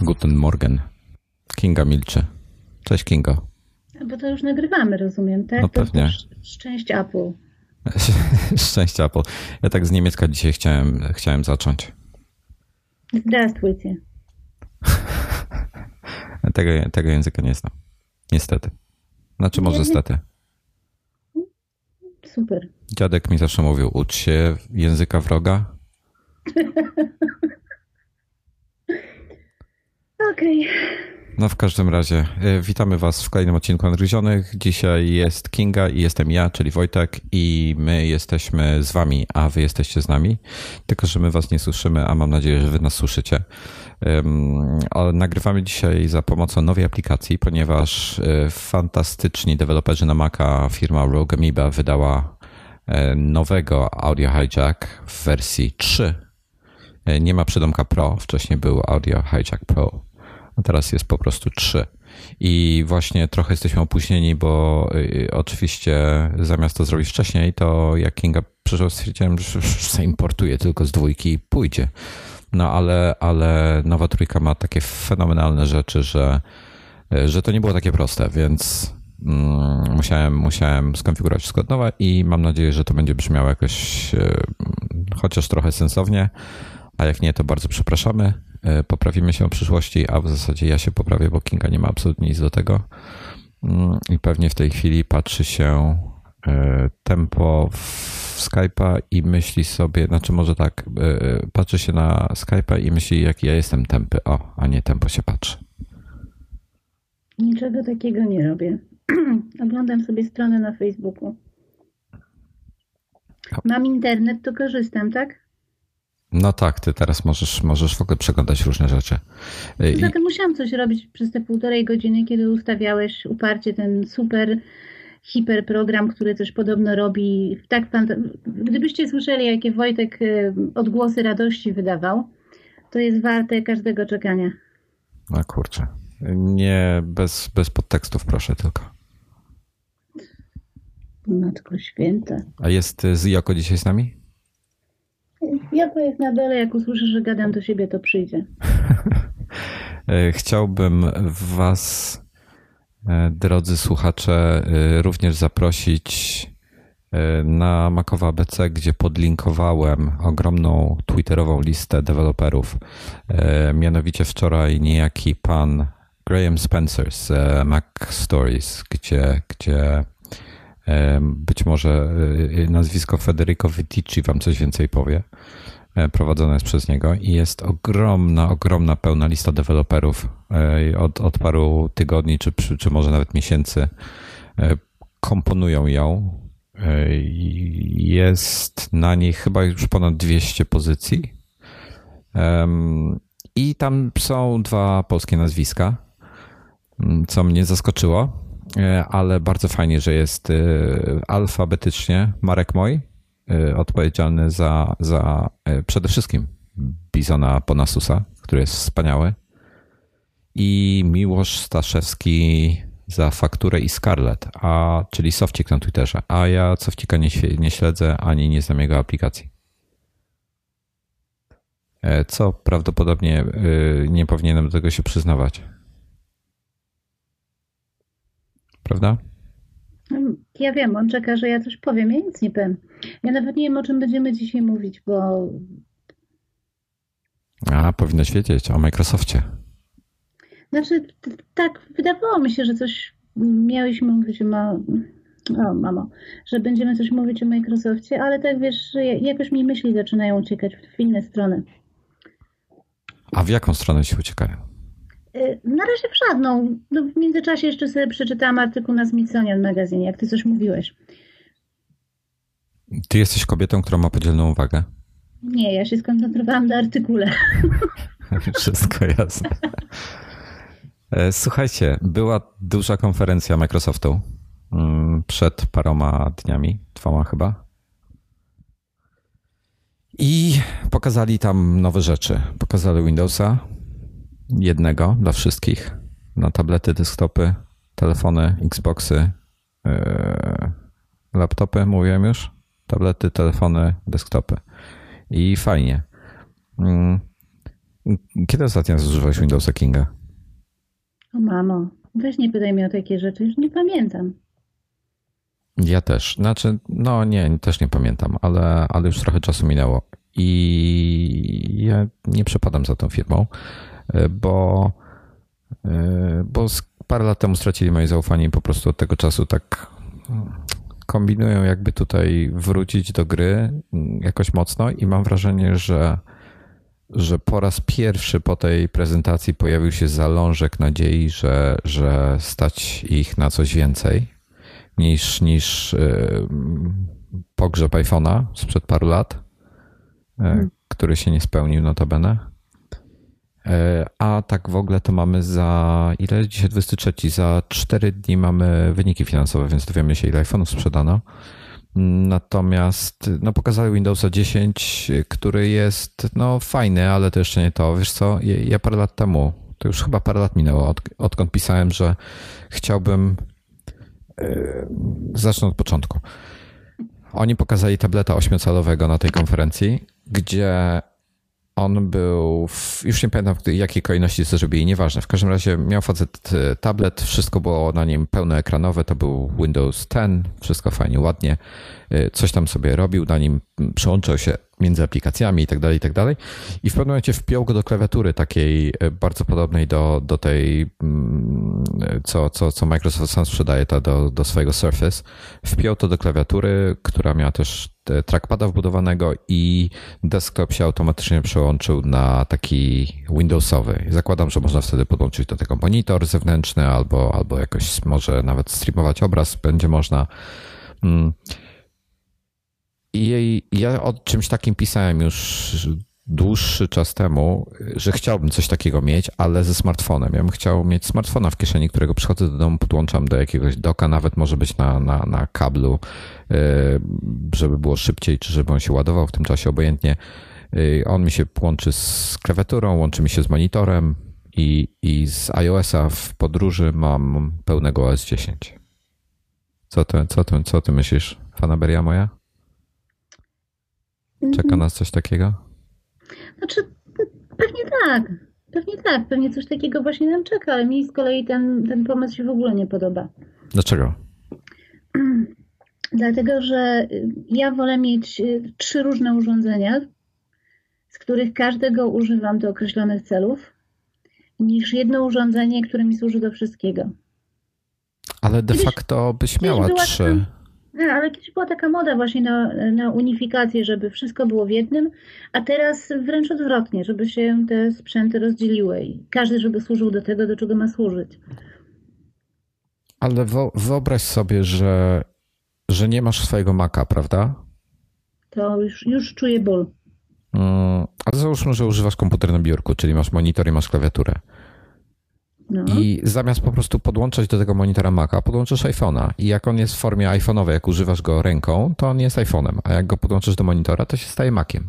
Guten Morgen. Kinga milczy. Cześć, Kingo. Bo to już nagrywamy, rozumiem, tak? No pewnie. To szczęść Apple. Szczęść Apple. Ja tak z niemiecka dzisiaj chciałem zacząć. Здравствуйте. Tego języka nie znam. Niestety. Znaczy może stety. Super. Dziadek mi zawsze mówił, ucz się języka wroga. Okej. No w każdym razie witamy was w kolejnym odcinku Nadgryzionych. Dzisiaj jest Kinga i jestem ja, czyli Wojtek, i my jesteśmy z wami, a wy jesteście z nami. Tylko że my was nie słyszymy, a mam nadzieję, że wy nas słyszycie. Ale nagrywamy dzisiaj za pomocą nowej aplikacji, ponieważ fantastyczni deweloperzy na Maca, firma Rogue Amoeba, wydała nowego Audio Hijack w wersji 3. Nie ma przydomka Pro, wcześniej był Audio Hijack Pro, a teraz jest po prostu 3. I właśnie trochę jesteśmy opóźnieni, bo oczywiście zamiast to zrobić wcześniej, to jak Kinga przyszła, stwierdziłem, że zaimportuję tylko z 2 i pójdzie. No ale nowa trójka ma takie fenomenalne rzeczy, że to nie było takie proste, więc musiałem skonfigurować wszystko od nowa i mam nadzieję, że to będzie brzmiało jakoś chociaż trochę sensownie, a jak nie, to bardzo przepraszamy. Poprawimy się w przyszłości, a w zasadzie ja się poprawię, bo Kinga nie ma absolutnie nic do tego i pewnie w tej chwili patrzy się tempo w Skype'a i myśli sobie, znaczy może tak, patrzy się na Skype'a i myśli, jaki ja jestem tępy, a nie tempo się patrzy. Niczego takiego nie robię. Oglądam sobie stronę na Facebooku. Mam internet, to korzystam, tak? No tak, ty teraz możesz w ogóle przeglądać różne rzeczy. Zatem musiałam coś robić przez te 1,5 godziny, kiedy ustawiałeś uparcie ten super hiperprogram, który też podobno robi tak Gdybyście słyszeli, jakie Wojtek odgłosy radości wydawał, to jest warte każdego czekania. No kurczę. Nie, bez podtekstów proszę tylko. Matko święta. A jest Jako dzisiaj z nami? Jako jest na dole, jak usłyszy, że gadam do siebie, to przyjdzie. Chciałbym was, drodzy słuchacze, również zaprosić na Macowa ABC, gdzie podlinkowałem ogromną twitterową listę deweloperów. Mianowicie wczoraj niejaki pan Graham Spencer z Mac Stories, gdzie być może nazwisko Federico Viticci wam coś więcej powie. Prowadzone jest przez niego i jest ogromna, pełna lista deweloperów od paru tygodni, czy może nawet miesięcy komponują ją. Jest na niej chyba już ponad 200 pozycji i tam są 2 polskie nazwiska, co mnie zaskoczyło, ale bardzo fajnie, że jest alfabetycznie Marek Moj, odpowiedzialny za przede wszystkim Bizona Ponasusa, który jest wspaniały, i Miłosz Staszewski za Fakturę i Scarlett, czyli Softik na Twitterze, a ja Softika nie śledzę ani nie znam jego aplikacji. Co prawdopodobnie nie powinienem do tego się przyznawać. Prawda? Ja wiem, on czeka, że ja coś powiem. Ja nic nie powiem. Ja nawet nie wiem, o czym będziemy dzisiaj mówić, bo... Powinnoś wiedzieć o Microsoftie. Znaczy, tak, wydawało mi się, że coś miałyśmy mówić że będziemy coś mówić o Microsoftie, ale tak wiesz, że jakoś mi myśli zaczynają uciekać w inne strony. A w jaką stronę ci uciekają? Na razie w żadną. No, w międzyczasie jeszcze sobie przeczytałam artykuł na Smithsonian Magazine, jak ty coś mówiłeś. Ty jesteś kobietą, która ma podzielną uwagę? Nie, ja się skoncentrowałam na artykule. Wszystko jasne. Słuchajcie, była duża konferencja Microsoftu przed paroma dniami, 2 chyba. I pokazali tam nowe rzeczy. Pokazali Windowsa, jednego dla wszystkich, na tablety, desktopy, telefony, Xboxy, laptopy, mówiłem już, tablety, telefony, desktopy. I fajnie. Kiedy ostatnio zużywałeś Windowsa Kinga? O mamo, weź nie pytaj mnie o takie rzeczy, już nie pamiętam. Ja też. Znaczy, no nie, też nie pamiętam, ale już trochę czasu minęło. I ja nie przepadam za tą firmą, bo, bo parę lat temu stracili moje zaufanie i po prostu od tego czasu tak kombinują, jakby tutaj wrócić do gry jakoś mocno i mam wrażenie, że po raz pierwszy po tej prezentacji pojawił się zalążek nadziei, że stać ich na coś więcej niż pogrzeb iPhone'a sprzed paru lat, który się nie spełnił notabene. A tak w ogóle to mamy ile jest dzisiaj 23? Za 4 dni mamy wyniki finansowe, więc dowiemy się, ile iPhone'ów sprzedano. Natomiast pokazali Windowsa 10, który jest fajny, ale to jeszcze nie to. Wiesz co, ja parę lat temu, to już chyba parę lat minęło, odkąd pisałem, że chciałbym. Zacznę od początku. Oni pokazali tableta 8-calowego na tej konferencji, gdzie on był, już nie pamiętam w jakiej kolejności to zrobili, nieważne. W każdym razie miał facet tablet, wszystko było na nim pełnoekranowe, to był Windows 10, wszystko fajnie, ładnie. Coś tam sobie robił, na nim przełączał się między aplikacjami i tak dalej, i tak dalej. I w pewnym momencie wpiął go do klawiatury takiej bardzo podobnej do tej, co Microsoft sam sprzedaje do swojego Surface. Wpiął to do klawiatury, która miała też trackpada wbudowanego i desktop się automatycznie przełączył na taki Windowsowy. Zakładam, że można wtedy podłączyć do tego monitor zewnętrzny albo jakoś może nawet streamować obraz będzie można. I ja o czymś takim pisałem już dłuższy czas temu, że chciałbym coś takiego mieć, ale ze smartfonem. Ja bym chciał mieć smartfona w kieszeni, którego przychodzę do domu, podłączam do jakiegoś doka, nawet może być na kablu, żeby było szybciej, czy żeby on się ładował w tym czasie obojętnie. On mi się łączy z klawiaturą, łączy mi się z monitorem i z iOS-a w podróży mam pełnego OS 10. Co ty myślisz, fanaberia moja? Czeka nas coś takiego? Znaczy, pewnie tak. Pewnie tak. Pewnie coś takiego właśnie nam czeka, ale mi z kolei ten pomysł się w ogóle nie podoba. Dlaczego? Dlatego, że ja wolę mieć 3 różne urządzenia, z których każdego używam do określonych celów, niż jedno urządzenie, które mi służy do wszystkiego. Ale de facto byś miała 3. Ale kiedyś była taka moda właśnie na unifikację, żeby wszystko było w jednym, a teraz wręcz odwrotnie, żeby się te sprzęty rozdzieliły i każdy, żeby służył do tego, do czego ma służyć. Ale wyobraź sobie, że nie masz swojego Maca, prawda? To już czuję ból. Ale załóżmy, że używasz komputer na biurku, czyli masz monitor i masz klawiaturę. No. I zamiast po prostu podłączać do tego monitora Maca, podłączysz iPhone'a. I jak on jest w formie iPhone'owej, jak używasz go ręką, to on jest iPhone'em. A jak go podłączysz do monitora, to się staje Maciem.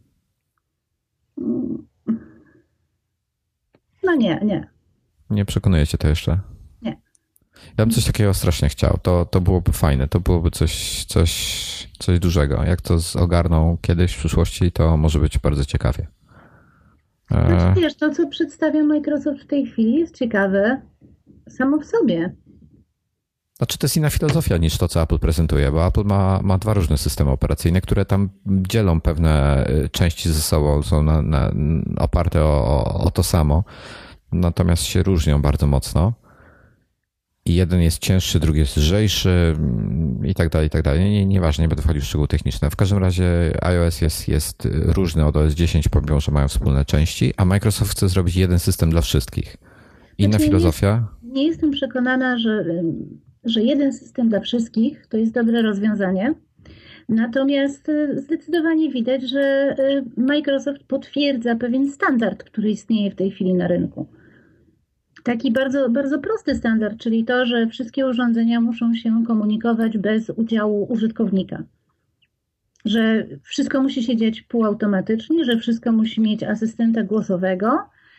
No nie. Nie przekonuje cię to jeszcze? Nie. Ja bym coś takiego strasznie chciał. To byłoby fajne. To byłoby coś dużego. Jak to ogarną kiedyś w przyszłości, to może być bardzo ciekawie. Znaczy wiesz, to co przedstawia Microsoft w tej chwili jest ciekawe samo w sobie. Znaczy to jest inna filozofia niż to, co Apple prezentuje, bo Apple ma 2 różne systemy operacyjne, które tam dzielą pewne części ze sobą, są oparte o to samo, natomiast się różnią bardzo mocno. I jeden jest cięższy, drugi jest lżejszy i tak dalej, i tak dalej. Nieważne, nie będę wchodził w szczegóły techniczne. W każdym razie iOS jest różny od OS 10, pomimo że mają wspólne części, a Microsoft chce zrobić jeden system dla wszystkich. Inna filozofia? Nie jestem przekonana, że jeden system dla wszystkich to jest dobre rozwiązanie. Natomiast zdecydowanie widać, że Microsoft potwierdza pewien standard, który istnieje w tej chwili na rynku. Taki bardzo, bardzo prosty standard, czyli to, że wszystkie urządzenia muszą się komunikować bez udziału użytkownika. Że wszystko musi się dziać półautomatycznie, że wszystko musi mieć asystenta głosowego.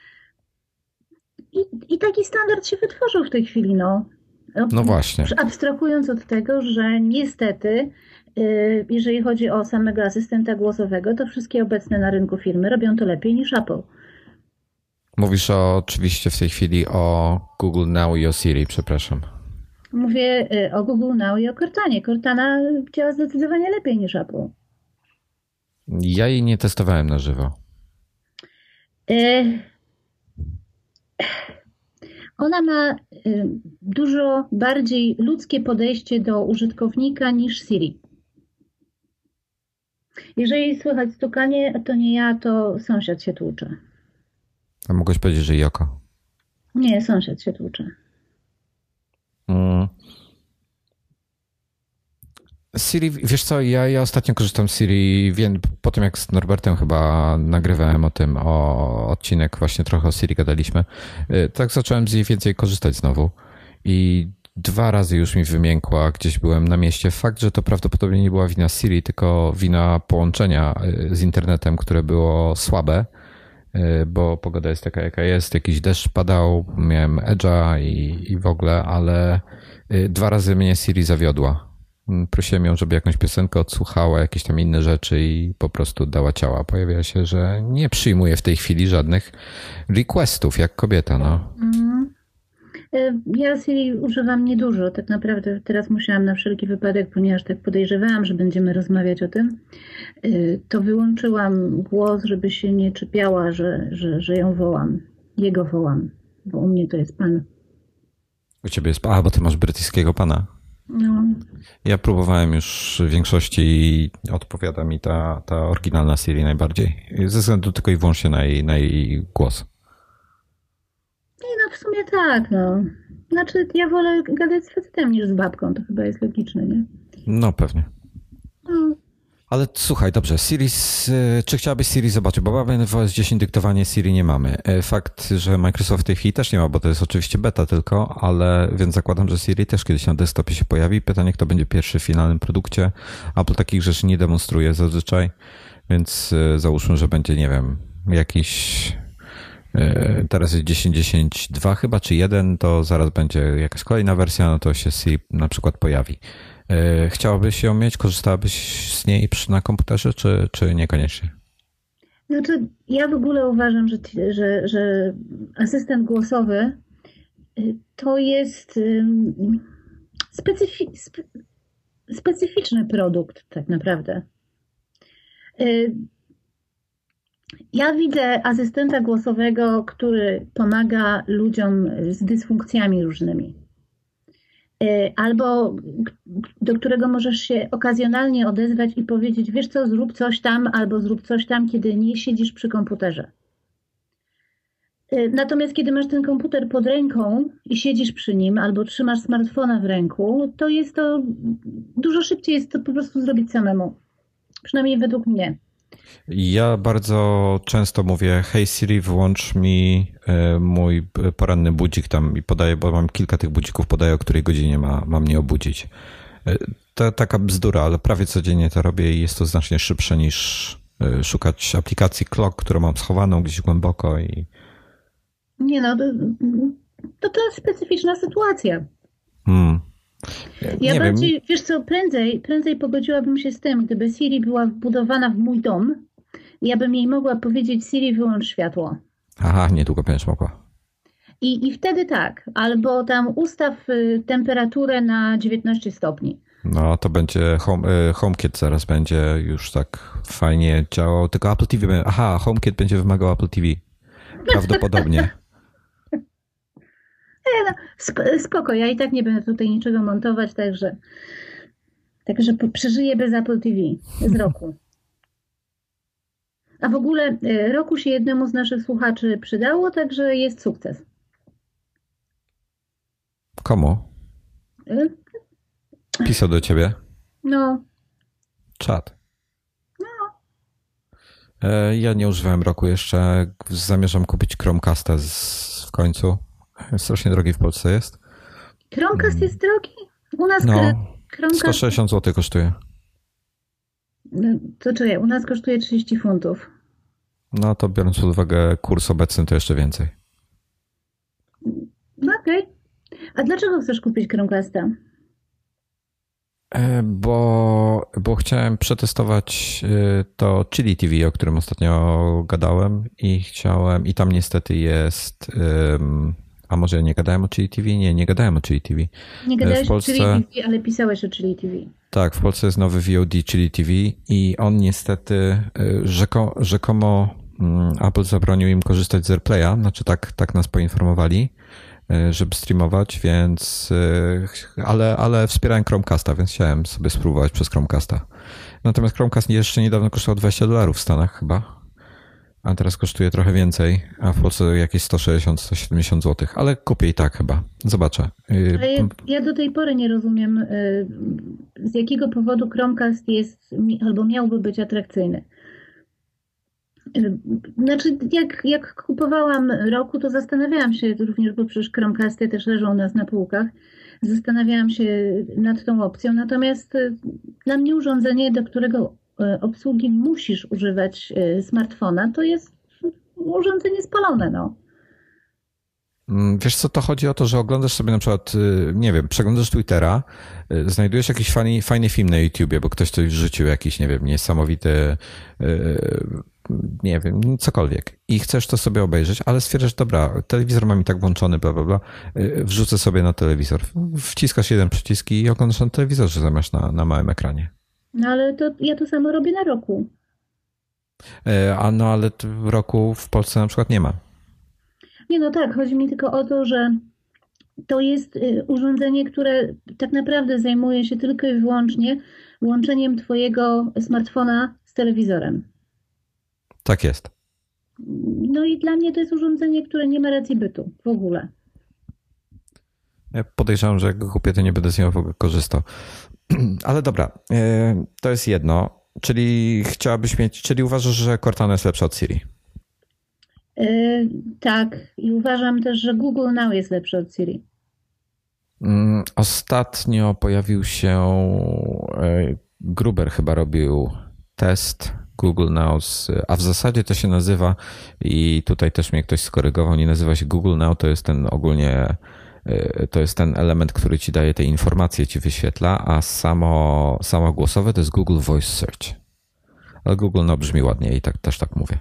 I taki standard się wytworzył w tej chwili. No właśnie. Abstrahując od tego, że niestety, jeżeli chodzi o samego asystenta głosowego, to wszystkie obecne na rynku firmy robią to lepiej niż Apple. Mówisz oczywiście w tej chwili o Google Now i o Siri, przepraszam. Mówię o Google Now i o Cortanie. Cortana działa zdecydowanie lepiej niż Apple. Ja jej nie testowałem na żywo. Ona ma dużo bardziej ludzkie podejście do użytkownika niż Siri. Jeżeli słychać stukanie, to nie ja, to sąsiad się tłucze. A mogłeś powiedzieć, że Joko? Nie, sąsiad się tłucze. Siri, wiesz co, ja ostatnio korzystam z Siri, wiem, po tym jak z Norbertem chyba nagrywałem o odcinek, właśnie trochę o Siri gadaliśmy, tak zacząłem z niej więcej korzystać znowu i 2 razy już mi wymiękła, gdzieś byłem na mieście. Fakt, że to prawdopodobnie nie była wina Siri, tylko wina połączenia z internetem, które było słabe, bo pogoda jest taka jaka jest, jakiś deszcz padał, miałem Edge'a i w ogóle, ale 2 razy mnie Siri zawiodła. Prosiłem ją, żeby jakąś piosenkę odsłuchała, jakieś tam inne rzeczy i po prostu dała ciała. Pojawia się, że nie przyjmuje w tej chwili żadnych requestów, jak kobieta, no. Ja Siri używam niedużo. Tak naprawdę teraz musiałam na wszelki wypadek, ponieważ tak podejrzewałam, że będziemy rozmawiać o tym, to wyłączyłam głos, żeby się nie czepiała, że ją wołam. Jego wołam, bo u mnie to jest pan. U ciebie jest... bo ty masz brytyjskiego pana. No. Ja próbowałem już w większości i odpowiada mi ta oryginalna Siri najbardziej. Ze względu tylko i wyłącznie na jej głos. Nie, no w sumie tak, no. Znaczy ja wolę gadać z facetem niż z babką, to chyba jest logiczne, nie? No pewnie. No. Ale słuchaj, dobrze, Siri, czy chciałabyś Siri zobaczyć? Bo mamy OS 10 dyktowanie Siri nie mamy. Fakt, że Microsoft w tej chwili też nie ma, bo to jest oczywiście beta tylko, ale więc zakładam, że Siri też kiedyś na desktopie się pojawi. Pytanie, kto będzie pierwszy w finalnym produkcie. Apple takich rzeczy nie demonstruje zazwyczaj, więc załóżmy, że będzie, nie wiem, jakiś... Teraz jest 10.10.2 chyba, czy 1, to zaraz będzie jakaś kolejna wersja, no to się Siri na przykład pojawi. Chciałabyś ją mieć? Korzystałabyś z niej na komputerze, czy niekoniecznie? Znaczy, ja w ogóle uważam, że asystent głosowy to jest specyficzny produkt tak naprawdę. Ja widzę asystenta głosowego, który pomaga ludziom z dysfunkcjami różnymi. Albo do którego możesz się okazjonalnie odezwać i powiedzieć, wiesz co, zrób coś tam, albo zrób coś tam, kiedy nie siedzisz przy komputerze. Natomiast kiedy masz ten komputer pod ręką i siedzisz przy nim, albo trzymasz smartfona w ręku, to jest to, dużo szybciej jest to po prostu zrobić samemu. Przynajmniej według mnie. Ja bardzo często mówię, hej Siri, wyłącz mi mój poranny budzik tam i podaję, bo mam kilka tych budzików, podaję, o której godzinie ma mnie obudzić. To taka bzdura, ale prawie codziennie to robię i jest to znacznie szybsze niż szukać aplikacji Clock, którą mam schowaną gdzieś głęboko i... Nie no, to jest specyficzna sytuacja. Ja bardziej, wiesz co, prędzej pogodziłabym się z tym, gdyby Siri była wbudowana w mój dom, ja bym jej mogła powiedzieć, Siri, wyłącz światło. Aha, niedługo będziesz mogła. I wtedy tak, albo tam ustaw temperaturę na 19 stopni. No to będzie HomeKit zaraz będzie już tak fajnie działał, tylko Apple TV, HomeKit będzie wymagał Apple TV. Prawdopodobnie. Spoko, ja i tak nie będę tutaj niczego montować, także przeżyję bez Apple TV z roku. A w ogóle roku się jednemu z naszych słuchaczy przydało, także jest sukces. Komu? Pisał do ciebie? No. Czad. No. Ja nie używałem roku jeszcze. Zamierzam kupić Chromecasta w końcu. Strasznie drogi w Polsce jest. Chromecast jest drogi? U nas Chromecast... 160 zł kosztuje. To czekaj, u nas kosztuje 30 funtów. No to biorąc pod uwagę kurs obecny, to jeszcze więcej. No okej. A dlaczego chcesz kupić Chromecasta? Bo chciałem przetestować to Chili TV, o którym ostatnio gadałem i tam niestety jest, a może nie gadałem o Chili TV? Nie gadałem o Chili TV. Nie W gadałeś o Chili Polsce, TV, ale pisałeś o Chili TV. tak, w Polsce jest nowy VOD Chili TV i on niestety rzekomo Apple zabronił im korzystać z AirPlaya, znaczy tak nas poinformowali, żeby streamować, więc ale wspierałem Chromecasta, więc chciałem sobie spróbować przez Chromecasta. Natomiast Chromecast jeszcze niedawno kosztował $20 w Stanach chyba, a teraz kosztuje trochę więcej, a w Polsce jakieś 160-170 zł, ale kupię i tak chyba. Zobaczę. Ale ja do tej pory nie rozumiem, z jakiego powodu Chromecast jest albo miałby być atrakcyjny. Znaczy, jak kupowałam Roku, to zastanawiałam się również, bo przecież Chromecasty też leżą u nas na półkach. Zastanawiałam się nad tą opcją, natomiast dla mnie urządzenie, do którego obsługi musisz używać smartfona, to jest urządzenie spalone, no. Wiesz co, to chodzi o to, że oglądasz sobie na przykład, nie wiem, przeglądasz Twittera, znajdujesz jakiś fajny film na YouTubie, bo ktoś coś wrzucił, jakiś, nie wiem, niesamowity, nie wiem, cokolwiek i chcesz to sobie obejrzeć, ale stwierdzasz, dobra, telewizor mam i tak włączony, bla, bla, bla, wrzucę sobie na telewizor. Wciskasz jeden przycisk i oglądasz na telewizorze zamiast na małym ekranie. No ale to ja to samo robię na Roku. Ale w Roku w Polsce na przykład nie ma. Nie, no tak, chodzi mi tylko o to, że to jest urządzenie, które tak naprawdę zajmuje się tylko i wyłącznie łączeniem twojego smartfona z telewizorem. Tak jest. No i dla mnie to jest urządzenie, które nie ma racji bytu w ogóle. Ja podejrzewam, że jak go kupię, to nie będę z niego w ogóle korzystał. Ale dobra, to jest jedno. Czyli chciałabyś mieć, czyli uważasz, że Cortana jest lepsza od Siri? Tak, i uważam też, że Google Now jest lepszy od Siri. Ostatnio pojawił się, Gruber chyba robił test Google Now, a w zasadzie to się nazywa, i tutaj też mnie ktoś skorygował, nie nazywa się Google Now, to jest ten ogólnie, to jest ten element, który ci daje te informacje, ci wyświetla, a samo głosowe to jest Google Voice Search. Ale Google Now brzmi ładnie i też tak mówię.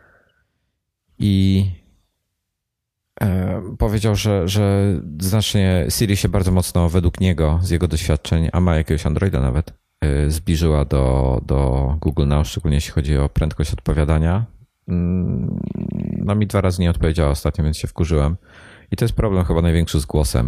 I powiedział, że znacznie Siri się bardzo mocno według niego, z jego doświadczeń, a ma jakiegoś Androida nawet, zbliżyła do Google Now, szczególnie jeśli chodzi o prędkość odpowiadania. No mi 2 razy nie odpowiedziała ostatnio, więc się wkurzyłem. I to jest problem chyba największy z głosem.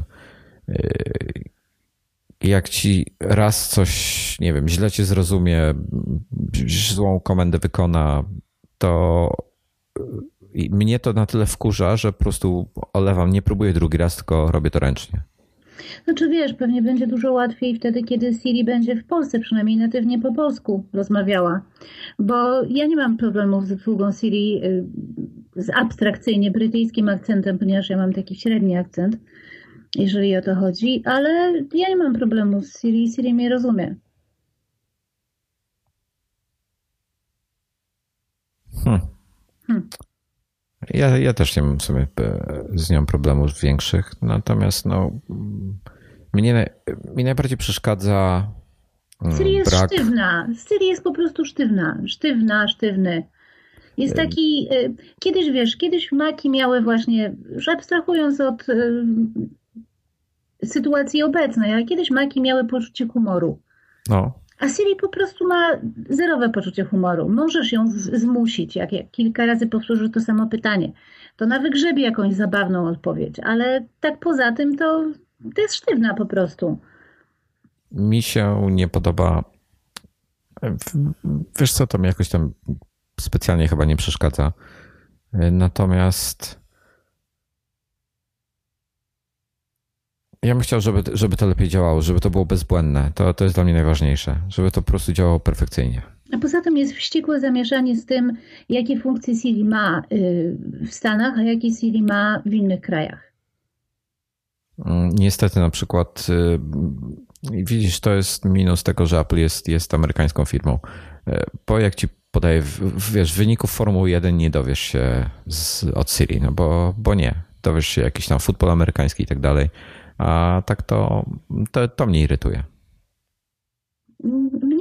Jak ci raz coś, nie wiem, źle cię zrozumie, złą komendę wykona, to i mnie to na tyle wkurza, że po prostu olewam, nie próbuję drugi raz, tylko robię to ręcznie. Znaczy wiesz, pewnie będzie dużo łatwiej wtedy, kiedy Siri będzie w Polsce, przynajmniej natywnie po polsku rozmawiała. Bo ja nie mam problemów z obsługą Siri z abstrakcyjnie brytyjskim akcentem, ponieważ ja mam taki średni akcent, jeżeli o to chodzi, ale ja nie mam problemu z Siri, Siri mnie rozumie. Ja też nie mam sobie z nią problemów większych, natomiast mnie najbardziej przeszkadza Siri jest brak... sztywna. Siri jest po prostu sztywna. Sztywny. Jest taki... Kiedyś Maki miały właśnie, już abstrahując od sytuacji obecnej, ale kiedyś Maki miały poczucie humoru. No. A Siri po prostu ma zerowe poczucie humoru. Możesz ją zmusić, jak kilka razy powtórzy to samo pytanie. To na wygrzebie jakąś zabawną odpowiedź, ale tak poza tym to jest sztywna po prostu. Mi się nie podoba. Wiesz co, to mi jakoś tam specjalnie chyba nie przeszkadza. Natomiast ja bym chciał, żeby to lepiej działało, żeby to było bezbłędne. To jest dla mnie najważniejsze, żeby to po prostu działało perfekcyjnie. A poza tym jest wściekłe zamieszanie z tym, jakie funkcje Siri ma w Stanach, a jakie Siri ma w innych krajach. Niestety na przykład widzisz, to jest minus tego, że Apple jest amerykańską firmą. Bo jak ci podaję, wiesz, wyników Formuły 1 nie dowiesz się od Siri, no bo nie. Dowiesz się jakiś tam futbol amerykański i tak dalej. A tak to mnie irytuje.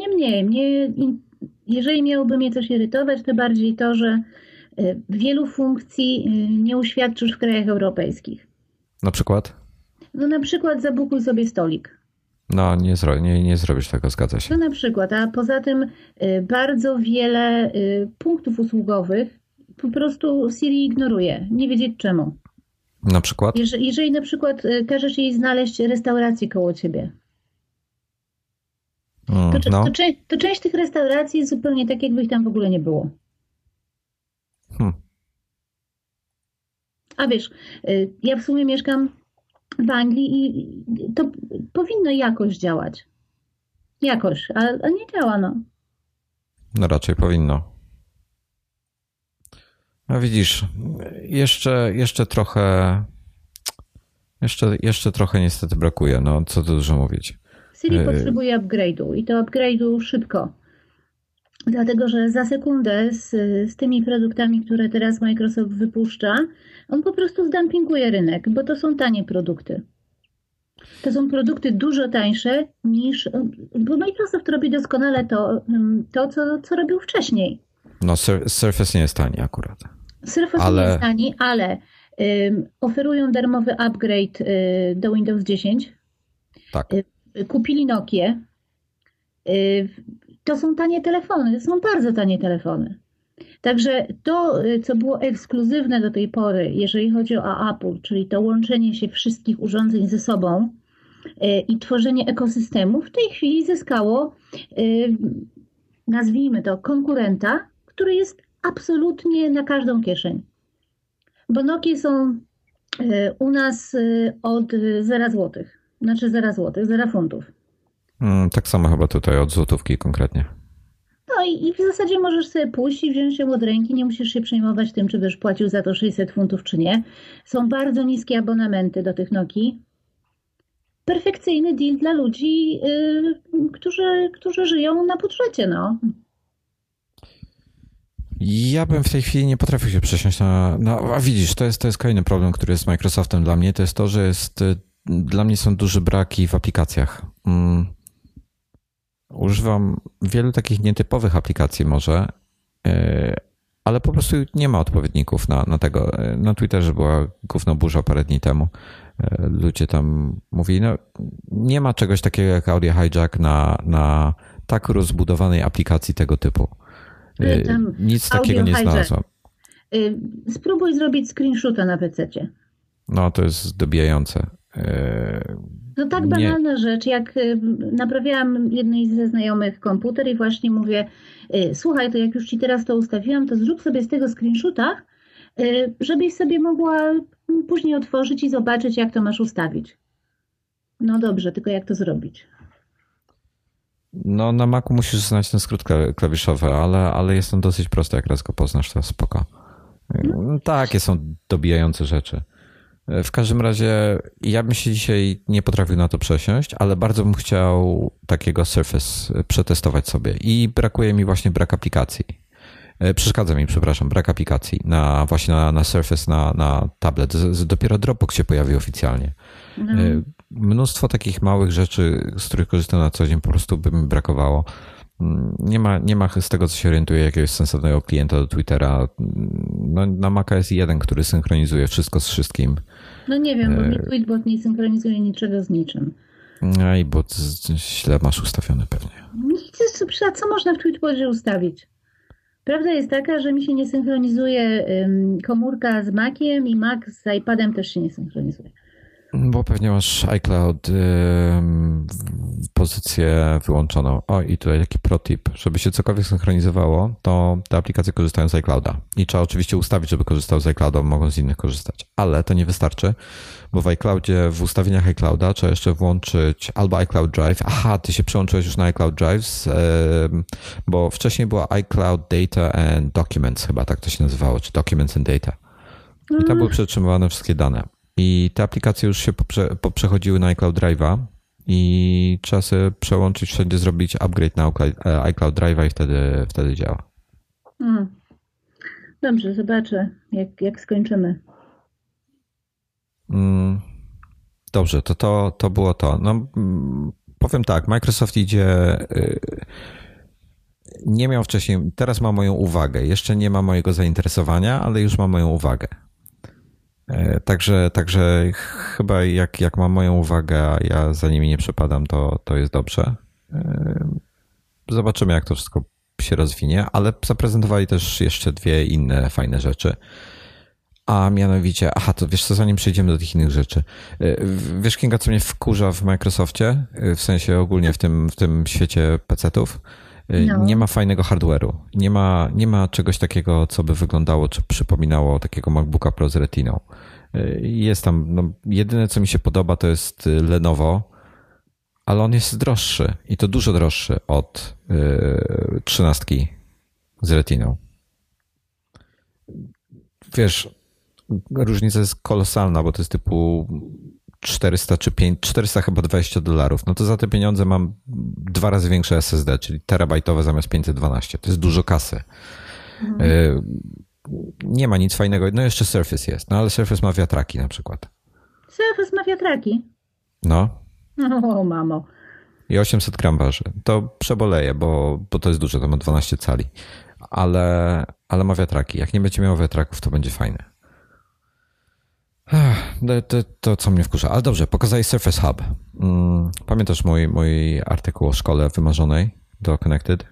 Niemniej, jeżeli miałoby mnie coś irytować, to bardziej to, że wielu funkcji nie uświadczysz w krajach europejskich. Na przykład? No na przykład zabukuj sobie stolik. No nie zrobisz tego, zgadza się. To na przykład, a poza tym bardzo wiele punktów usługowych po prostu Siri ignoruje, nie wiedzieć czemu. Na przykład? Jeżeli na przykład każesz jej znaleźć restaurację koło ciebie, to część tych restauracji jest zupełnie tak, jakby ich tam w ogóle nie było. A wiesz, ja w sumie mieszkam w Anglii i to powinno jakoś działać. Jakoś, a nie działa, no. No raczej powinno. A widzisz, jeszcze trochę niestety brakuje, no co tu dużo mówić. Siri potrzebuje upgrade'u i to upgrade'u szybko. Dlatego, że za sekundę z tymi produktami, które teraz Microsoft wypuszcza, on po prostu zdumpinguje rynek, bo to są tanie produkty. To są produkty dużo tańsze niż... Bo Microsoft robi doskonale to co robił wcześniej. No Surface nie jest tani akurat. Surface nie jest tani, ale oferują darmowy upgrade do Windows 10. Tak. Kupili Nokię. To są tanie telefony, to są bardzo tanie telefony. Także to, co było ekskluzywne do tej pory, jeżeli chodzi o Apple, czyli to łączenie się wszystkich urządzeń ze sobą i tworzenie ekosystemu, w tej chwili zyskało, nazwijmy to, konkurenta, który jest absolutnie na każdą kieszeń. Bo Nokie są u nas od 0 złotych, znaczy 0 złotych, 0 funtów. Tak samo chyba tutaj od złotówki konkretnie. No i w zasadzie możesz sobie pójść i wziąć ją od ręki, nie musisz się przejmować tym, czy będziesz płacił za to 600 funtów, czy nie. Są bardzo niskie abonamenty do tych Nokii. Perfekcyjny deal dla ludzi, którzy żyją na budżecie, no. Ja bym w tej chwili nie potrafił się przesiąść a widzisz, to jest kolejny problem, który jest z Microsoftem dla mnie, to jest to, że dla mnie są duże braki w aplikacjach. Używam wielu takich nietypowych aplikacji może, ale po prostu nie ma odpowiedników na tego. Na Twitterze była gównoburza parę dni temu. Ludzie tam mówili, no nie ma czegoś takiego jak Audio Hijack na tak rozbudowanej aplikacji tego typu. Nic takiego nie znalazłem. Spróbuj zrobić screenshota na PC-cie. No to jest dobijające. No tak banalna rzecz, jak naprawiałam jednej ze znajomych komputer i właśnie mówię, słuchaj, to jak już ci teraz to ustawiłam, to zrób sobie z tego screenshota, żebyś sobie mogła później otworzyć i zobaczyć, jak to masz ustawić. No dobrze, tylko jak to zrobić? No na Macu musisz znać ten skrót klawiszowy, ale jest on dosyć prosty, jak raz go poznasz, to spoko. Takie są dobijające rzeczy. W każdym razie ja bym się dzisiaj nie potrafił na to przesiąść, ale bardzo bym chciał takiego Surface przetestować sobie i brakuje mi właśnie brak aplikacji. Przeszkadza mi, przepraszam, brak aplikacji właśnie na Surface, na tablet. Dopiero Dropbox się pojawił oficjalnie. No. Mnóstwo takich małych rzeczy, z których korzystam na co dzień, po prostu by mi brakowało. Nie ma z tego, co się orientuje, jakiegoś sensownego klienta do Twittera. No, na Maca jest jeden, który synchronizuje wszystko z wszystkim. No nie wiem, bo mi Tweetbot nie synchronizuje niczego z niczym. I bo źle masz ustawiony pewnie. A co można w Tweetbocie ustawić? Prawda jest taka, że mi się nie synchronizuje komórka z Maciem i Mac z iPadem też się nie synchronizuje. Bo pewnie masz iCloud pozycję wyłączoną. O, i tutaj taki protip. Żeby się cokolwiek synchronizowało, to te aplikacje korzystają z iClouda. I trzeba oczywiście ustawić, żeby korzystał z iClouda, mogą z innych korzystać. Ale to nie wystarczy, bo w iCloudzie, w ustawieniach iClouda trzeba jeszcze włączyć albo iCloud Drive. Aha, ty się przełączyłeś już na iCloud Drive, bo wcześniej była iCloud Data and Documents, chyba tak to się nazywało, czy Documents and Data. I tam były przetrzymywane wszystkie dane. I te aplikacje już się poprzechodziły na iCloud Drive'a i trzeba sobie przełączyć, wszędzie zrobić upgrade na iCloud Drive'a i wtedy działa. Dobrze, zobaczę, jak skończymy. Dobrze, to było to. No, powiem tak, Microsoft idzie Nie miał wcześniej, teraz ma moją uwagę. Jeszcze nie ma mojego zainteresowania, ale już ma moją uwagę. Także chyba jak ma moją uwagę, a ja za nimi nie przepadam, to jest dobrze. Zobaczymy, jak to wszystko się rozwinie, ale zaprezentowali też jeszcze dwie inne fajne rzeczy. A mianowicie, to wiesz co, zanim przejdziemy do tych innych rzeczy. Wiesz, Kinga, co mnie wkurza w Microsoftie, w sensie ogólnie w tym świecie PC-ów? No. Nie ma fajnego hardware'u. Nie ma czegoś takiego, co by wyglądało, czy przypominało takiego MacBooka Pro z Retiną. Jest tam, jedyne co mi się podoba, to jest Lenovo, ale on jest droższy i to dużo droższy od 13 z Retiną. Wiesz, różnica jest kolosalna, bo to jest typu 400 czy 400 chyba $20. No to za te pieniądze mam 2 razy większe SSD, czyli terabajtowe zamiast 512. To jest dużo kasy. Nie ma nic fajnego. No jeszcze Surface jest, no ale Surface ma wiatraki na przykład. Surface ma wiatraki? No. O, mamo. I 800 gram waży. To przeboleję, bo to jest duże, to ma 12 cali. Ale ma wiatraki. Jak nie będzie miał wiatraków, to będzie fajne. To co mnie wkurza. Ale dobrze, pokazali Surface Hub. Pamiętasz mój artykuł o szkole wymarzonej do Connected?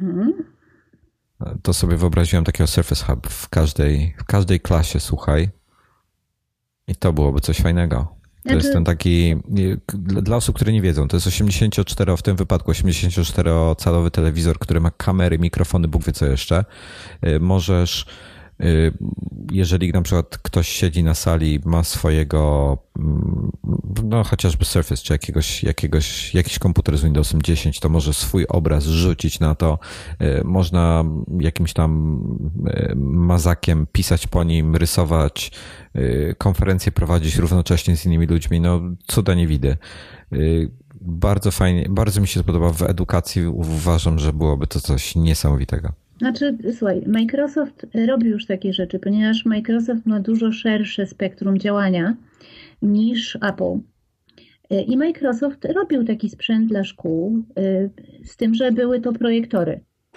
To sobie wyobraziłem takiego Surface Hub w każdej klasie, słuchaj. I to byłoby coś fajnego. To jest ten taki, dla osób, które nie wiedzą, to jest 84, w tym wypadku 84-calowy telewizor, który ma kamery, mikrofony, Bóg wie co jeszcze. Możesz, jeżeli na przykład ktoś siedzi na sali, ma swojego, no chociażby Surface, czy jakiś komputer z Windowsem 10, to może swój obraz rzucić na to. Można jakimś tam mazakiem pisać po nim, rysować, konferencje prowadzić równocześnie z innymi ludźmi. No cuda nie widy. Bardzo fajnie, bardzo mi się spodoba w edukacji. Uważam, że byłoby to coś niesamowitego. Znaczy, słuchaj, Microsoft robi już takie rzeczy, ponieważ Microsoft ma dużo szersze spektrum działania niż Apple. I Microsoft robił taki sprzęt dla szkół, z tym, że były to projektory.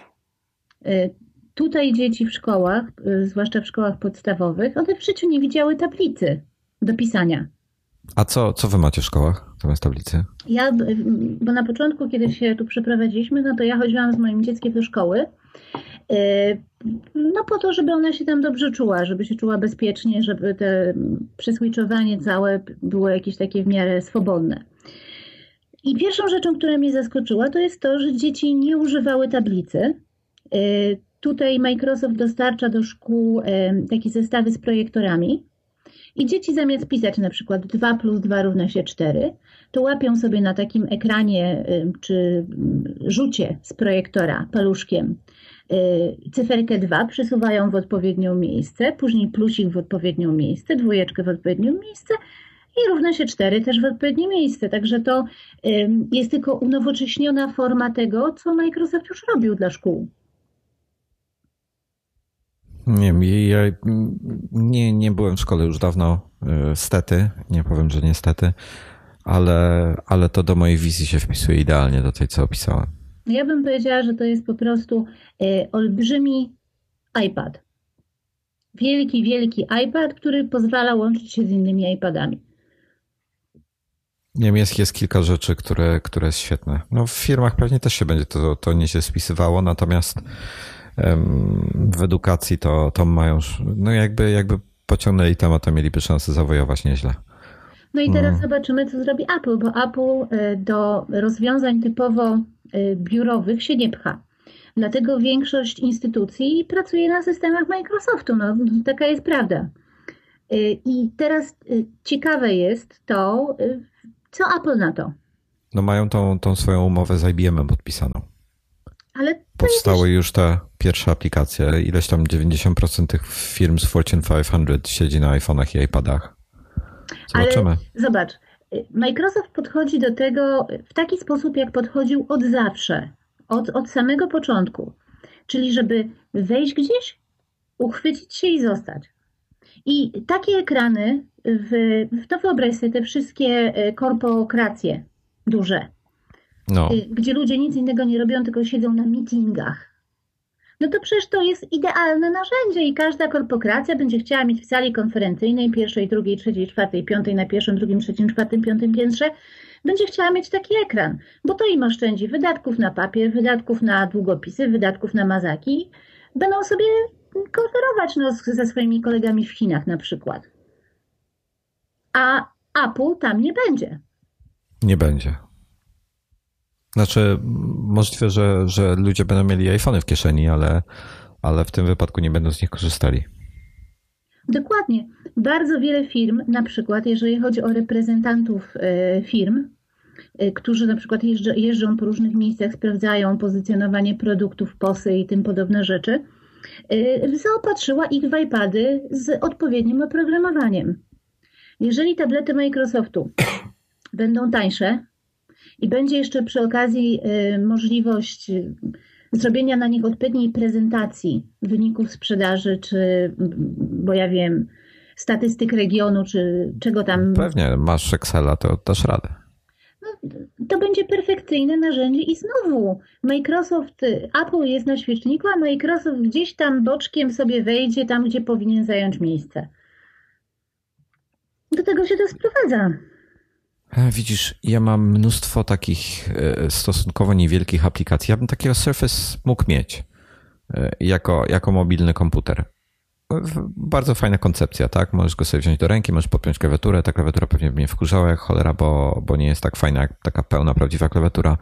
Tutaj dzieci w szkołach, zwłaszcza w szkołach podstawowych, one w życiu nie widziały tablicy do pisania. A co wy macie w szkołach zamiast tablicy? Bo na początku, kiedy się tu przeprowadziliśmy, no to ja chodziłam z moim dzieckiem do szkoły, no po to, żeby ona się tam dobrze czuła, żeby się czuła bezpiecznie, żeby te przeswitchowanie całe było jakieś takie w miarę swobodne. I pierwszą rzeczą, która mnie zaskoczyła, to jest to, że dzieci nie używały tablicy. Tutaj Microsoft dostarcza do szkół takie zestawy z projektorami i dzieci zamiast pisać na przykład 2 + 2 równa się 4, to łapią sobie na takim ekranie czy rzucie z projektora paluszkiem cyferkę 2, przesuwają w odpowiednie miejsce, później plusik w odpowiednie miejsce, dwójeczkę w odpowiednie miejsce i równa się 4 też w odpowiednie miejsce. Także to jest tylko unowocześniona forma tego, co Microsoft już robił dla szkół. Nie wiem, ja nie byłem w szkole już dawno, stety, nie powiem, że niestety, ale to do mojej wizji się wpisuje idealnie do tej, co opisałem. Ja bym powiedziała, że to jest po prostu olbrzymi iPad. Wielki, wielki iPad, który pozwala łączyć się z innymi iPadami. Nie wiem, jest kilka rzeczy, które jest świetne. No w firmach pewnie też się będzie to nieźle spisywało, natomiast w edukacji to mają, no jakby pociągnęli temat, to mieliby szansę zawojować nieźle. No i teraz zobaczymy, co zrobi Apple, bo Apple do rozwiązań typowo biurowych się nie pcha. Dlatego większość instytucji pracuje na systemach Microsoftu. No, taka jest prawda. I teraz ciekawe jest to, co Apple na to. No mają tą swoją umowę z IBM-em podpisaną. Ale powstały już te pierwsze aplikacje. Ileś tam 90% tych firm z Fortune 500 siedzi na iPhone'ach i iPadach. Zobaczymy. Ale zobacz, Microsoft podchodzi do tego w taki sposób, jak podchodził od zawsze, od samego początku. Czyli żeby wejść gdzieś, uchwycić się i zostać. I takie ekrany, no wyobraź sobie te wszystkie korporacje duże. No. gdzie ludzie nic innego nie robią, tylko siedzą na meetingach. No to przecież to jest idealne narzędzie i każda korporacja będzie chciała mieć w sali konferencyjnej pierwszej, drugiej, trzeciej, czwartej, piątej, na pierwszym, drugim, trzecim, czwartym, piątym piętrze, będzie chciała mieć taki ekran, bo to im oszczędzi wydatków na papier, wydatków na długopisy, wydatków na mazaki. Będą sobie konferować ze swoimi kolegami w Chinach na przykład. A Apple tam nie będzie. Nie będzie. Znaczy, możliwe, że ludzie będą mieli iPhony w kieszeni, ale w tym wypadku nie będą z nich korzystali. Dokładnie. Bardzo wiele firm, na przykład jeżeli chodzi o reprezentantów firm, którzy na przykład jeżdżą po różnych miejscach, sprawdzają pozycjonowanie produktów, POS-y i tym podobne rzeczy, zaopatrzyła ich w iPady z odpowiednim oprogramowaniem. Jeżeli tablety Microsoftu będą tańsze i będzie jeszcze przy okazji możliwość zrobienia na nich odpowiedniej prezentacji wyników sprzedaży, czy, bo ja wiem, statystyk regionu, czy czego tam... Pewnie, masz Excela, to dasz radę. No, to będzie perfekcyjne narzędzie i znowu Apple jest na świeczniku, a Microsoft gdzieś tam boczkiem sobie wejdzie tam, gdzie powinien zająć miejsce. Do tego się to sprowadza. Widzisz, ja mam mnóstwo takich stosunkowo niewielkich aplikacji. Ja bym takiego Surface mógł mieć jako mobilny komputer. Bardzo fajna koncepcja, tak? Możesz go sobie wziąć do ręki, możesz podpiąć klawiaturę. Ta klawiatura pewnie mnie wkurzała jak cholera, bo nie jest tak fajna jak taka pełna, prawdziwa klawiatura.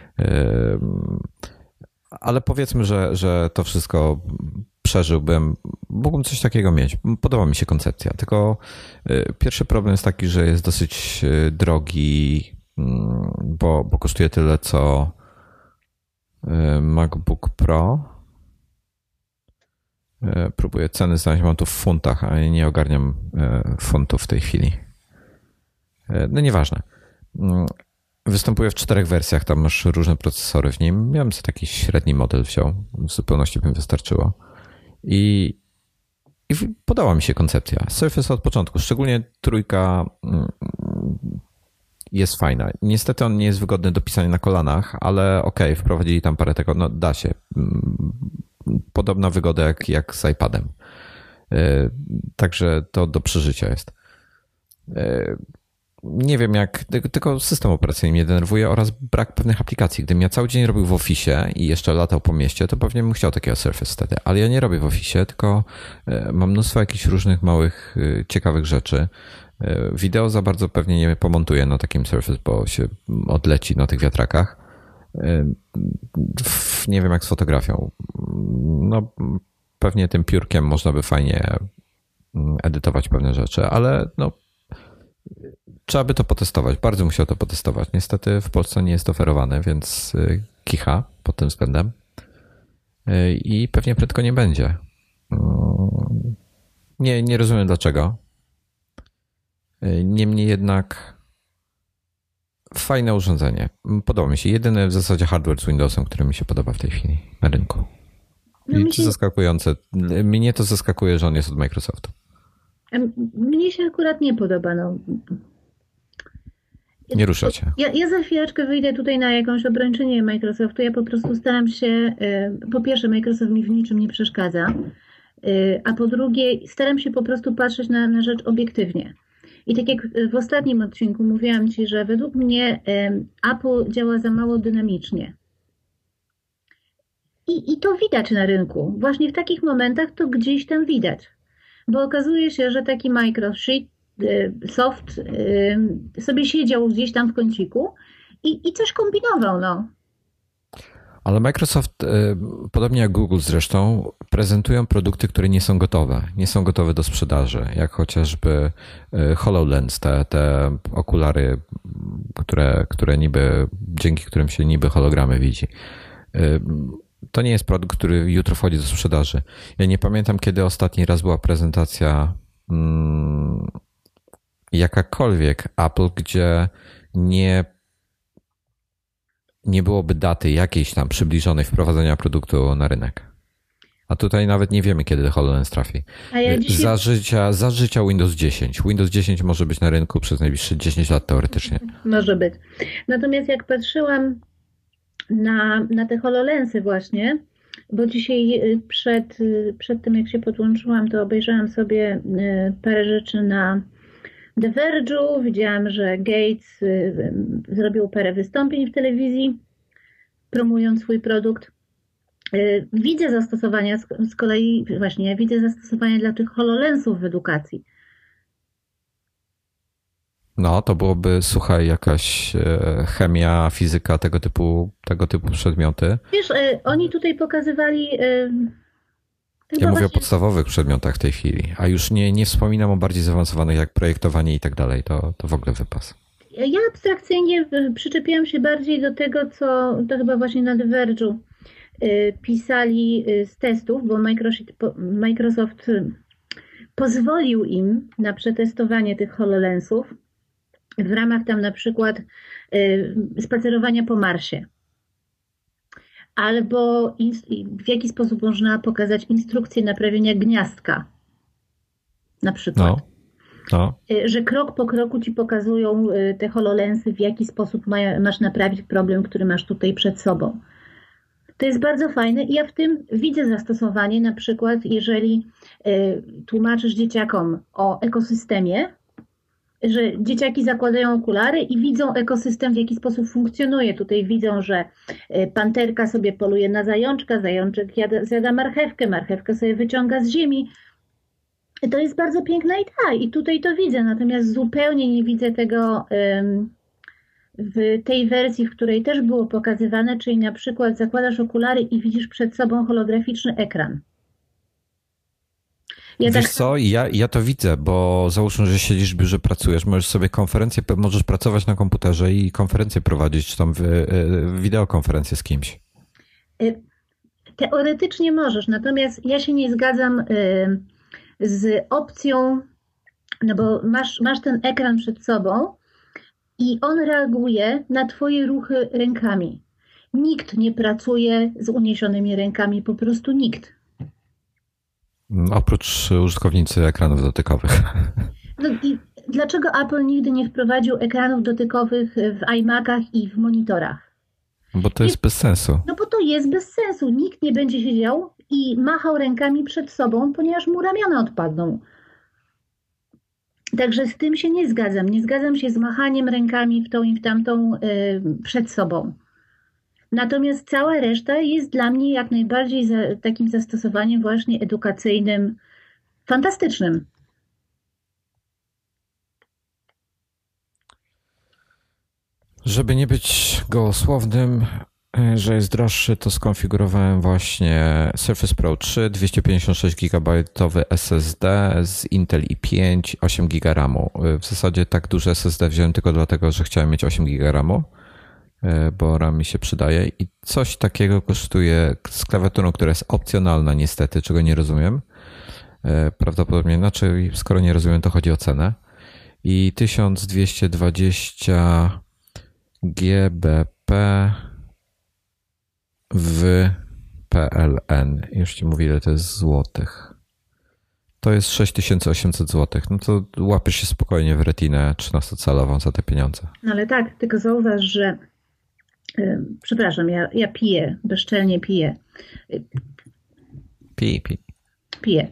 Ale powiedzmy, że to wszystko przeżyłbym. Mógłbym coś takiego mieć. Podoba mi się koncepcja. Tylko pierwszy problem jest taki, że jest dosyć drogi, bo kosztuje tyle, co MacBook Pro. Próbuję ceny znaleźć, mam tu w funtach, ale nie ogarniam funtów w tej chwili. No nieważne. Występuje w 4 wersjach, tam masz różne procesory w nim. Ja bym sobie taki średni model wziął, w zupełności by mi wystarczyło. I podoba mi się koncepcja. Surface od początku, szczególnie 3 jest fajna. Niestety on nie jest wygodny do pisania na kolanach, ale okej, wprowadzili tam parę tego, no da się. Podobna wygoda jak z iPadem. Także to do przeżycia jest. Nie wiem jak, tylko system operacyjny mnie denerwuje oraz brak pewnych aplikacji. Gdybym ja cały dzień robił w Office i jeszcze latał po mieście, to pewnie bym chciał takiego Surface wtedy. Ale ja nie robię w Office, tylko mam mnóstwo jakichś różnych małych, ciekawych rzeczy. Wideo za bardzo pewnie nie pomontuję na takim Surface, bo się odleci na tych wiatrakach. Nie wiem jak z fotografią. No pewnie tym piórkiem można by fajnie edytować pewne rzeczy, ale no trzeba by to potestować. Bardzo musiał to potestować. Niestety w Polsce nie jest oferowane, więc kicha pod tym względem. I pewnie prędko nie będzie. Nie rozumiem dlaczego. Niemniej jednak fajne urządzenie. Podoba mi się. Jedyny w zasadzie hardware z Windowsem, który mi się podoba w tej chwili na rynku. I to zaskakujące. Mnie to zaskakuje, że on jest od Microsoftu. Mnie się akurat nie podoba. No. Nie ruszacie. Ja za chwileczkę wyjdę tutaj na jakąś obrończynię Microsoftu. Ja po prostu staram się, po pierwsze Microsoft mi w niczym nie przeszkadza, a po drugie staram się po prostu patrzeć na rzecz obiektywnie. I tak jak w ostatnim odcinku mówiłam Ci, że według mnie Apple działa za mało dynamicznie. I to widać na rynku. Właśnie w takich momentach to gdzieś tam widać. Bo okazuje się, że taki Microsoft sobie siedział gdzieś tam w kąciku i coś kombinował, no. Ale Microsoft, podobnie jak Google zresztą, prezentują produkty, które nie są gotowe. Nie są gotowe do sprzedaży, jak chociażby HoloLens, te okulary, dzięki którym się niby hologramy widzi. To nie jest produkt, który jutro wchodzi do sprzedaży. Ja nie pamiętam, kiedy ostatni raz była prezentacja jakakolwiek Apple, gdzie nie byłoby daty jakiejś tam przybliżonej wprowadzenia produktu na rynek. A tutaj nawet nie wiemy, kiedy HoloLens trafi. Za życia Windows 10. Windows 10 może być na rynku przez najbliższe 10 lat teoretycznie. Może być. Natomiast jak patrzyłam na te HoloLensy właśnie, bo dzisiaj przed tym jak się podłączyłam, to obejrzałam sobie parę rzeczy na The Verge'u. Widziałam, że Gates zrobił parę wystąpień w telewizji, promując swój produkt. Widzę zastosowania, z kolei właśnie widzę zastosowania dla tych HoloLensów w edukacji. No, to byłoby, słuchaj, jakaś chemia, fizyka, tego typu przedmioty. Wiesz, oni tutaj pokazywali... Ja mówię o podstawowych przedmiotach w tej chwili, a już nie wspominam o bardziej zaawansowanych jak projektowanie i tak dalej. To w ogóle wypas. Ja abstrakcyjnie przyczepiłam się bardziej do tego, co to chyba właśnie na The Verge'u pisali z testów, bo Microsoft pozwolił im na przetestowanie tych HoloLensów w ramach tam na przykład spacerowania po Marsie. Albo w jaki sposób można pokazać instrukcję naprawienia gniazdka. Na przykład. No. Że krok po kroku ci pokazują te HoloLensy, w jaki sposób masz naprawić problem, który masz tutaj przed sobą. To jest bardzo fajne i ja w tym widzę zastosowanie, na przykład jeżeli tłumaczysz dzieciakom o ekosystemie, że dzieciaki zakładają okulary i widzą ekosystem, w jaki sposób funkcjonuje. Tutaj widzą, że panterka sobie poluje na zajączka, zajączek zjada marchewkę, marchewkę sobie wyciąga z ziemi. To jest bardzo piękna idea i tutaj to widzę, natomiast zupełnie nie widzę tego w tej wersji, w której też było pokazywane, czyli na przykład zakładasz okulary i widzisz przed sobą holograficzny ekran. Wiesz co, ja to widzę, bo załóżmy, że siedzisz w biurze, pracujesz, możesz pracować na komputerze i konferencję prowadzić, czy tam wideokonferencję z kimś. Teoretycznie możesz, natomiast ja się nie zgadzam z opcją, no bo masz ten ekran przed sobą i on reaguje na twoje ruchy rękami. Nikt nie pracuje z uniesionymi rękami, po prostu nikt. Oprócz użytkownicy ekranów dotykowych. No i dlaczego Apple nigdy nie wprowadził ekranów dotykowych w iMacach i w monitorach? Bo to jest bez sensu. No bo to jest bez sensu. Nikt nie będzie siedział i machał rękami przed sobą, ponieważ mu ramiona odpadną. Także z tym się nie zgadzam. Nie zgadzam się z machaniem rękami w tą i w tamtą przed sobą. Natomiast cała reszta jest dla mnie jak najbardziej takim zastosowaniem właśnie edukacyjnym, fantastycznym. Żeby nie być gołosłownym, że jest droższy, to skonfigurowałem właśnie Surface Pro 3, 256 GB SSD z Intel i5, 8 GB RAMu. W zasadzie tak duże SSD wziąłem tylko dlatego, że chciałem mieć 8 GB RAMu, bo RAM mi się przydaje i coś takiego kosztuje z klawiaturą, która jest opcjonalna niestety, czego nie rozumiem. Prawdopodobnie, znaczy skoro nie rozumiem, to chodzi o cenę. I 1220 GBP w PLN. Już ci mówię, ile to jest złotych. To jest 6800 złotych. No to łapiesz się spokojnie w retinę 13-calową za te pieniądze. No ale tak, tylko zauważ, że przepraszam, ja piję, bezczelnie piję. Pij. Piję.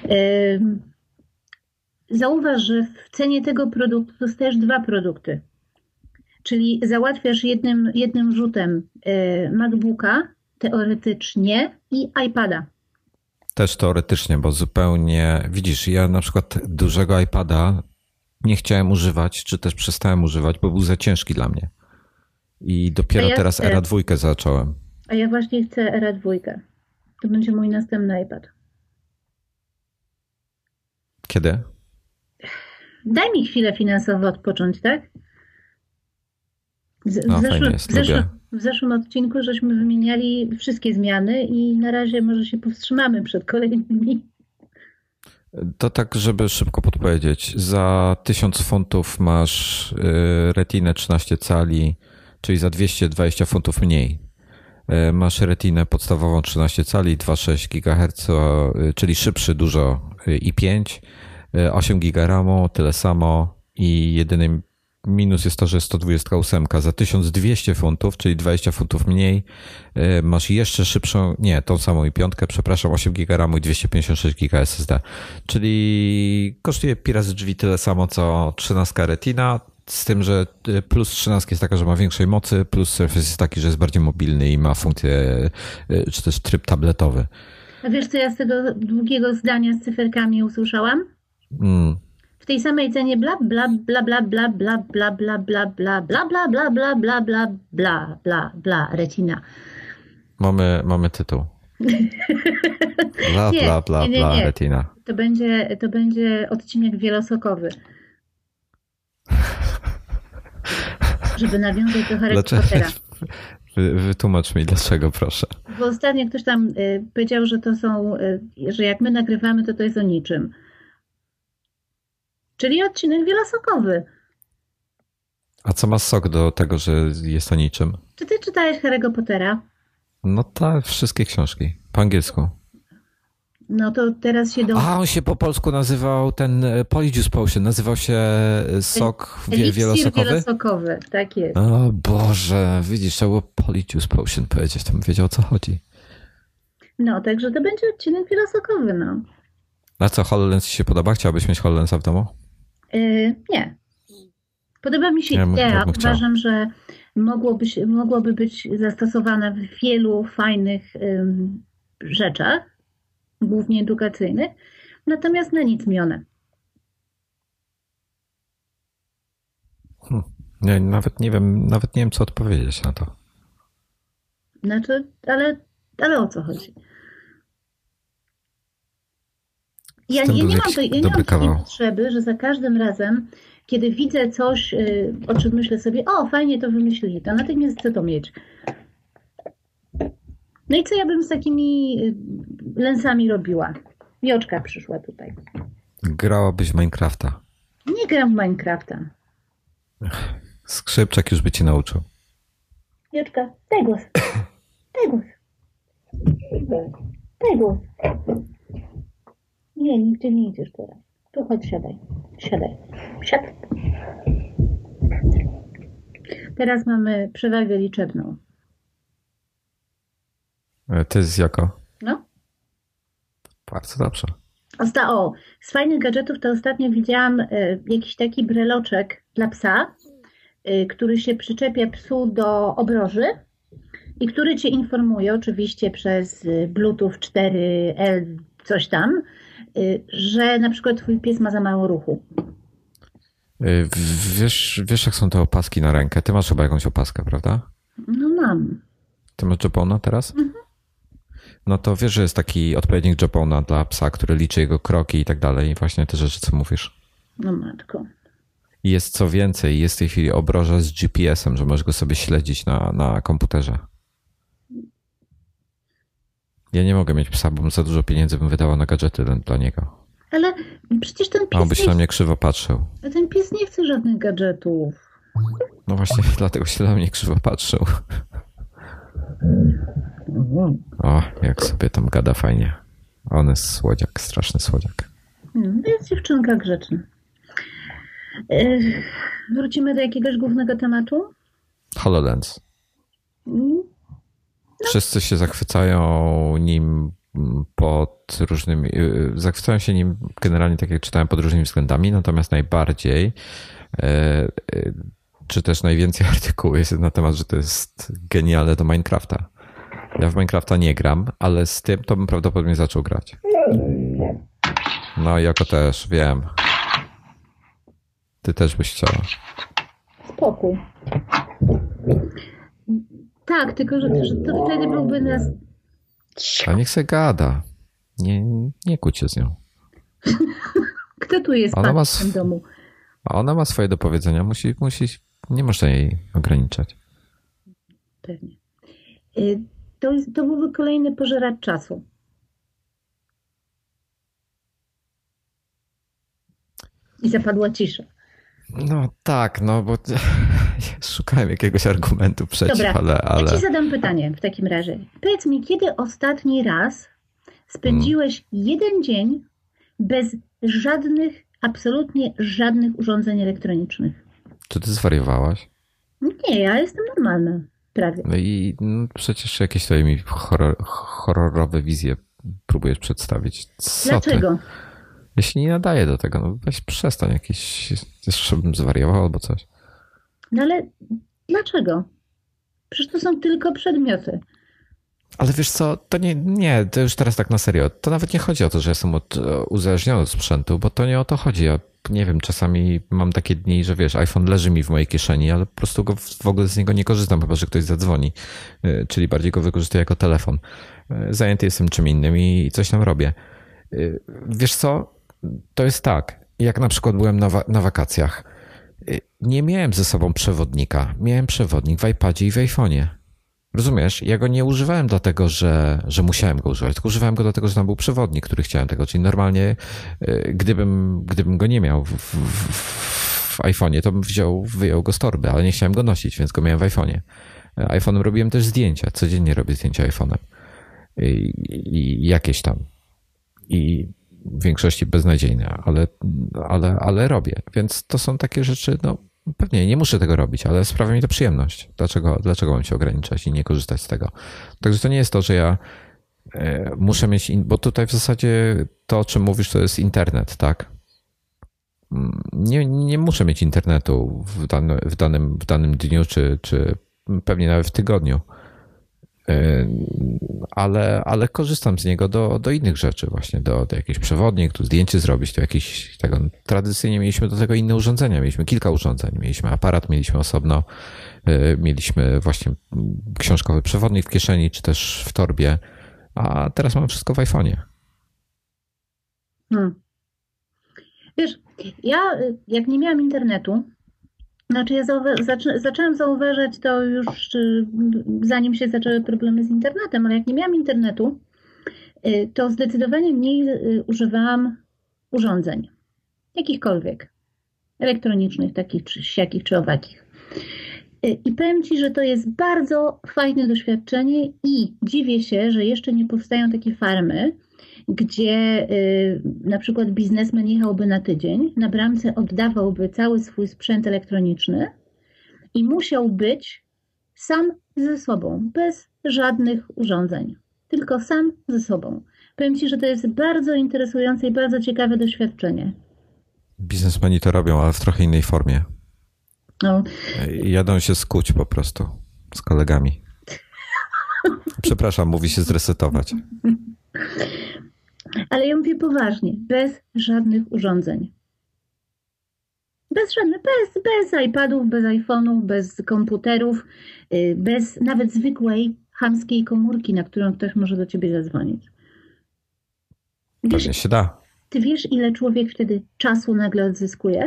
Zauważ, że w cenie tego produktu dostajesz dwa produkty. Czyli załatwiasz jednym rzutem MacBooka teoretycznie i iPada. Też teoretycznie, bo zupełnie, widzisz, ja na przykład dużego iPada nie chciałem używać, czy też przestałem używać, bo był za ciężki dla mnie. I dopiero teraz Era 2 zacząłem. A ja właśnie chcę Era 2. To będzie mój następny iPad. Kiedy? Daj mi chwilę finansowo odpocząć, tak? W zeszłym odcinku żeśmy wymieniali wszystkie zmiany i na razie może się powstrzymamy przed kolejnymi. To tak, żeby szybko podpowiedzieć. Za 1000 funtów masz retinę 13 cali, czyli za 220 funtów mniej. Masz retinę podstawową 13 cali, 2,6 GHz, czyli szybszy dużo i5, 8 GB RAMu, tyle samo i jedynym minus jest to, że jest 128. Za 1200 funtów, czyli 20 funtów mniej, masz jeszcze szybszą, nie, tą samą i piątkę, przepraszam, 8 GB RAMu i 256 GB SSD. Czyli kosztuje pi razy drzwi tyle samo, co 13 Retina, z tym, że plus 13 jest taka, że ma większej mocy, plus Surface jest taki, że jest bardziej mobilny i ma funkcję, czy też tryb tabletowy. A wiesz, co ja z tego długiego zdania z cyferkami usłyszałam? W tej samej cenie bla bla bla bla bla bla bla bla bla bla bla bla bla bla bla bla bla bla bla Retina. Mamy tytuł. Bla bla bla bla Retina. To będzie odcinek wielosokowy. Żeby nawiązać do Harry Pottera. Wytłumacz mi dlaczego, proszę. Bo ostatnio ktoś tam powiedział, że to są, że jak my nagrywamy, to jest o niczym. Czyli odcinek wielosokowy. A co ma sok do tego, że jest o niczym? Czy ty czytałeś Harry'ego Pottera? No tak, wszystkie książki. Po angielsku. No to teraz się A, on się po polsku nazywał ten Polyjuice Potion. Nazywał się sok wielosokowy? Wielosokowy, tak jest. O Boże, widzisz, trzeba było Polyjuice Potion powiedzieć, to bym wiedział, o co chodzi. No, także to będzie odcinek wielosokowy, no. A co, HoloLens ci się podoba? Chciałabyś mieć HoloLensa w domu? Nie. Podoba mi się idea. Uważam, że mogłoby być zastosowana w wielu fajnych rzeczach, głównie edukacyjnych, natomiast na nic mione. Nie, nawet nie wiem, co odpowiedzieć na to. Znaczy, ale o co chodzi? Ja nie mam takiej potrzeby, że za każdym razem, kiedy widzę coś, o czym myślę sobie, o, fajnie to wymyślili, to natychmiast chcę to mieć. No i co ja bym z takimi lensami robiła? Joczka przyszła tutaj. Grałabyś w Minecrafta. Nie gram w Minecrafta. Skrzypczak już by cię nauczył. Joczka, daj głos. Daj głos. Daj głos. Nie, nigdzie nie idziesz teraz. Tu chodź, siadaj. Siadaj. Siadaj. Teraz mamy przewagę liczebną. Ty jest jako? No. Bardzo dobrze. Z fajnych gadżetów to ostatnio widziałam jakiś taki breloczek dla psa, który się przyczepia psu do obroży i który cię informuje, oczywiście przez Bluetooth 4L coś tam, że na przykład twój pies ma za mało ruchu. Wiesz, jak są te opaski na rękę? Ty masz chyba jakąś opaskę, prawda? No mam. Ty masz Jopona teraz? Mhm. No to wiesz, że jest taki odpowiednik Jopona dla psa, który liczy jego kroki i tak dalej. I właśnie te rzeczy, co mówisz. No matko. Jest co więcej, jest w tej chwili obroża z GPS-em, że możesz go sobie śledzić na komputerze. Ja nie mogę mieć psa, bo za dużo pieniędzy bym wydała na gadżety dla niego. Ale przecież ten pies... On by się na mnie krzywo patrzył. Ten pies nie chce żadnych gadżetów. No właśnie, dlatego się na mnie krzywo patrzył. O, jak sobie tam gada fajnie. On jest słodziak, straszny słodziak. Jest dziewczynka grzeczna. Wrócimy do jakiegoś głównego tematu? HoloLens. Wszyscy się zachwycają nim pod różnymi... Zachwycają się nim generalnie, tak jak czytałem, pod różnymi względami, natomiast najbardziej czy też najwięcej artykułów jest na temat, że to jest genialne do Minecrafta. Ja w Minecrafta nie gram, ale z tym to bym prawdopodobnie zaczął grać. No jako też, wiem. Ty też byś chciała. Spokój. Tak, tylko że to wtedy byłby nas... A niech se gada. Nie kłóć się z nią. Kto tu jest pan w tym domu? A ona ma swoje do powiedzenia. Nie można jej ograniczać. Pewnie. To byłby kolejny pożeracz czasu. I zapadła cisza. No tak, no bo szukałem jakiegoś argumentu przeciw, dobra, ale... Ja ci zadam pytanie w takim razie. Powiedz mi, kiedy ostatni raz spędziłeś jeden dzień bez żadnych, absolutnie żadnych urządzeń elektronicznych? Czy ty zwariowałaś? Nie, ja jestem normalna. Prawie. No i przecież jakieś tutaj mi horrorowe wizje próbujesz przedstawić. Co Dlaczego? Ty? Ja się nie nadaję do tego. No weź przestań jakieś... Jeszcze bym zwariował albo coś. No ale dlaczego? Przecież to są tylko przedmioty. Ale wiesz co, to nie, to już teraz tak na serio. To nawet nie chodzi o to, że jestem uzależniony od sprzętu, bo to nie o to chodzi. Ja nie wiem, czasami mam takie dni, że wiesz, iPhone leży mi w mojej kieszeni, ale po prostu w ogóle z niego nie korzystam, chyba że ktoś zadzwoni. Czyli bardziej go wykorzystuję jako telefon. Zajęty jestem czym innym i coś tam robię. Wiesz co, to jest tak, jak na przykład byłem na wakacjach. Nie miałem ze sobą przewodnika. Miałem przewodnik w iPadzie i w iPhone'ie. Rozumiesz? Ja go nie używałem dlatego, że musiałem go używać, tylko używałem go dlatego, że tam był przewodnik, który chciałem tego. Czyli normalnie, gdybym go nie miał w iPhone'ie, to bym wyjął go z torby, ale nie chciałem go nosić, więc go miałem w iPhone'ie. iPhone'em robiłem też zdjęcia. Codziennie robię zdjęcia iPhone'em. I jakieś tam. I w większości beznadziejne, ale robię. Więc to są takie rzeczy, no pewnie nie muszę tego robić, ale sprawia mi to przyjemność. Dlaczego mam się ograniczać i nie korzystać z tego? Także to nie jest to, że ja muszę mieć, bo tutaj w zasadzie to, o czym mówisz, to jest internet, tak? Nie muszę mieć internetu w danym dniu, czy pewnie nawet w tygodniu. Ale korzystam z niego do innych rzeczy właśnie, do jakichś przewodnik, tu zdjęcie zrobić, do jakichś tego. Tradycyjnie mieliśmy do tego inne urządzenia, mieliśmy kilka urządzeń, mieliśmy aparat, mieliśmy osobno, mieliśmy właśnie książkowy przewodnik w kieszeni, czy też w torbie, a teraz mam wszystko w iPhone'ie. Wiesz, ja jak nie miałam internetu, znaczy ja zaczęłam zauważać to już zanim się zaczęły problemy z internetem, ale jak nie miałam internetu, to zdecydowanie mniej używałam urządzeń, jakichkolwiek, elektronicznych, takich czy siakich, czy owakich. I powiem Ci, że to jest bardzo fajne doświadczenie i dziwię się, że jeszcze nie powstają takie farmy, gdzie na przykład biznesmen jechałby na tydzień, na bramce oddawałby cały swój sprzęt elektroniczny i musiał być sam ze sobą, bez żadnych urządzeń, tylko sam ze sobą. Powiem Ci, że to jest bardzo interesujące i bardzo ciekawe doświadczenie. Biznesmeni to robią, ale w trochę innej formie. No. Jadą się skuć po prostu z kolegami. Przepraszam, mówi się zresetować. Ale ja mówię poważnie, bez żadnych urządzeń. Bez żadnych, bez iPadów, bez iPhone'ów, bez komputerów, bez nawet zwykłej chamskiej komórki, na którą ktoś może do ciebie zadzwonić. Pewnie się da. Ty wiesz, ile człowiek wtedy czasu nagle odzyskuje?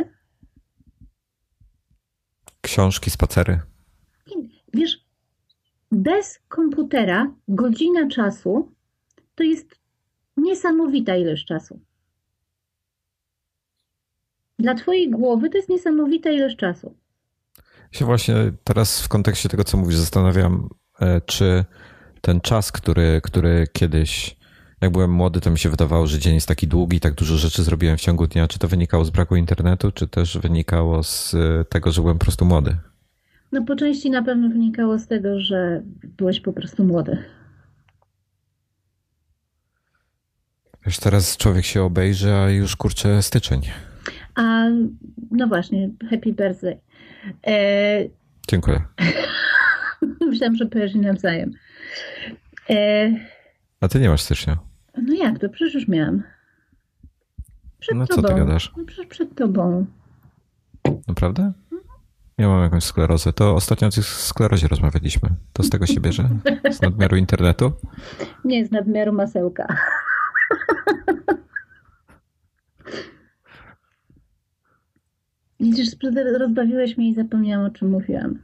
Książki, spacery. Wiesz, bez komputera godzina czasu to jest niesamowita ilość czasu. Dla twojej głowy to jest niesamowita ilość czasu. Się właśnie teraz w kontekście tego, co mówisz, zastanawiam, czy ten czas, który kiedyś, jak byłem młody, to mi się wydawało, że dzień jest taki długi, tak dużo rzeczy zrobiłem w ciągu dnia. Czy to wynikało z braku internetu, czy też wynikało z tego, że byłem po prostu młody? No po części na pewno wynikało z tego, że byłeś po prostu młody. Wiesz, teraz człowiek się obejrzy, a już kurczę styczeń. A no właśnie, happy birthday. Dziękuję. Myślałam, że powiesz nawzajem. A ty nie masz stycznia. No jak to? Przecież już miałam. Przed no tobą. Co ty gadasz? No przecież przed tobą. Naprawdę? Ja mam jakąś sklerozę. To ostatnio o tej sklerozie rozmawialiśmy. To z tego się bierze? Z nadmiaru internetu? Nie, z nadmiaru masełka. Widzisz, rozbawiłeś mnie i zapomniałam, o czym mówiłam.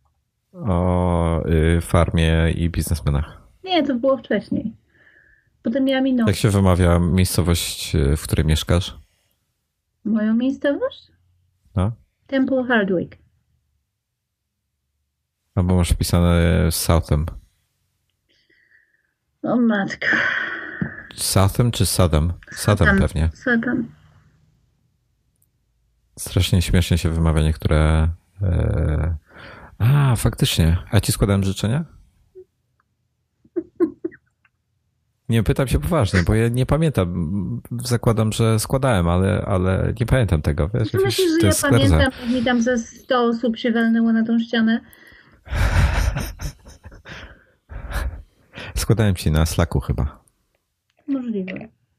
O farmie i biznesmenach. Nie, to było wcześniej. Potem miałam inną. Jak się wymawia miejscowość, w której mieszkasz? Moją miejscowość? No. Temple Hardwick. Albo masz wpisane Southem. O matko. Southem czy Southam? Southam pewnie. Southam. Strasznie śmiesznie się wymawia niektóre Faktycznie. A ci składałem życzenia? Nie, pytam się poważnie, bo ja nie pamiętam. Zakładam, że składałem, ale nie pamiętam tego. Wiesz, To myślisz, że ja pamiętam, jak mi tam ze 100 osób się walnęło na tą ścianę? Składałem ci na Slacku chyba. Możliwe.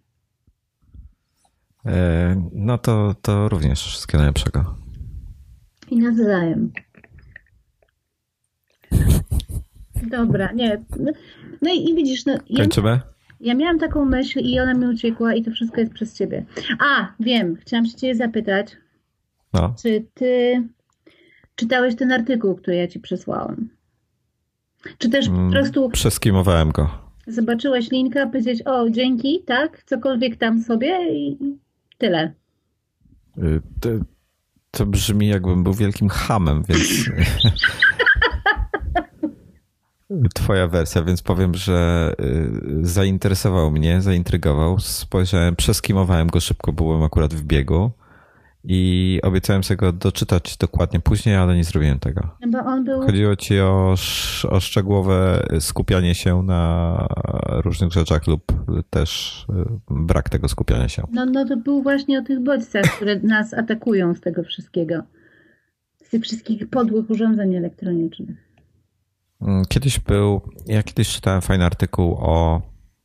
No to również wszystkiego najlepszego. I nawzajem. Dobra, nie. No i widzisz, Kończymy? Ja miałam taką myśl i ona mi uciekła i to wszystko jest przez ciebie. Wiem, chciałam się ciebie zapytać, czy ty czytałeś ten artykuł, który ja ci przesłałam? Czy też po prostu przeskimowałem go. Zobaczyłaś linka, powiedzieć, o dzięki, tak, cokolwiek tam sobie i tyle. To brzmi, jakbym był wielkim chamem, więc twoja wersja, więc powiem, że zainteresował mnie, zaintrygował. Spojrzałem, przeskimowałem go szybko, byłem akurat w biegu i obiecałem sobie go doczytać dokładnie później, ale nie zrobiłem tego. Bo on był... Chodziło ci o szczegółowe skupianie się na różnych rzeczach lub też brak tego skupiania się. No to był właśnie o tych bodźcach, które nas atakują z tego wszystkiego. Z tych wszystkich podłych urządzeń elektronicznych. Ja kiedyś czytałem fajny artykuł o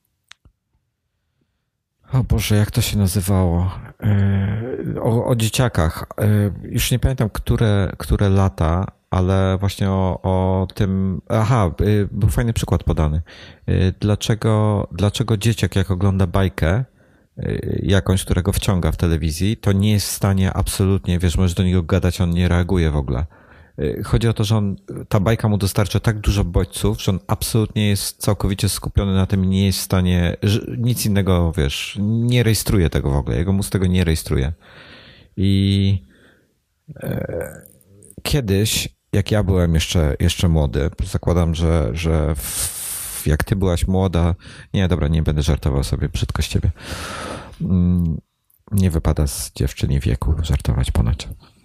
Boże, jak to się nazywało? O dzieciakach. Już nie pamiętam, które lata, ale właśnie o tym... był fajny przykład podany. Dlaczego dzieciak, jak ogląda bajkę jakąś, którego wciąga w telewizji, to nie jest w stanie absolutnie, wiesz, możesz do niego gadać, on nie reaguje w ogóle. Chodzi o to, że ta bajka mu dostarcza tak dużo bodźców, że on absolutnie jest całkowicie skupiony na tym i nie jest w stanie, nic innego, wiesz, nie rejestruje tego w ogóle. Jego mózg tego nie rejestruje. I kiedyś, jak ja byłem jeszcze młody, zakładam, że jak ty byłaś młoda, nie, dobra, nie będę żartował sobie brzydko z ciebie. Nie wypada z dziewczyni wieku żartować ponoć.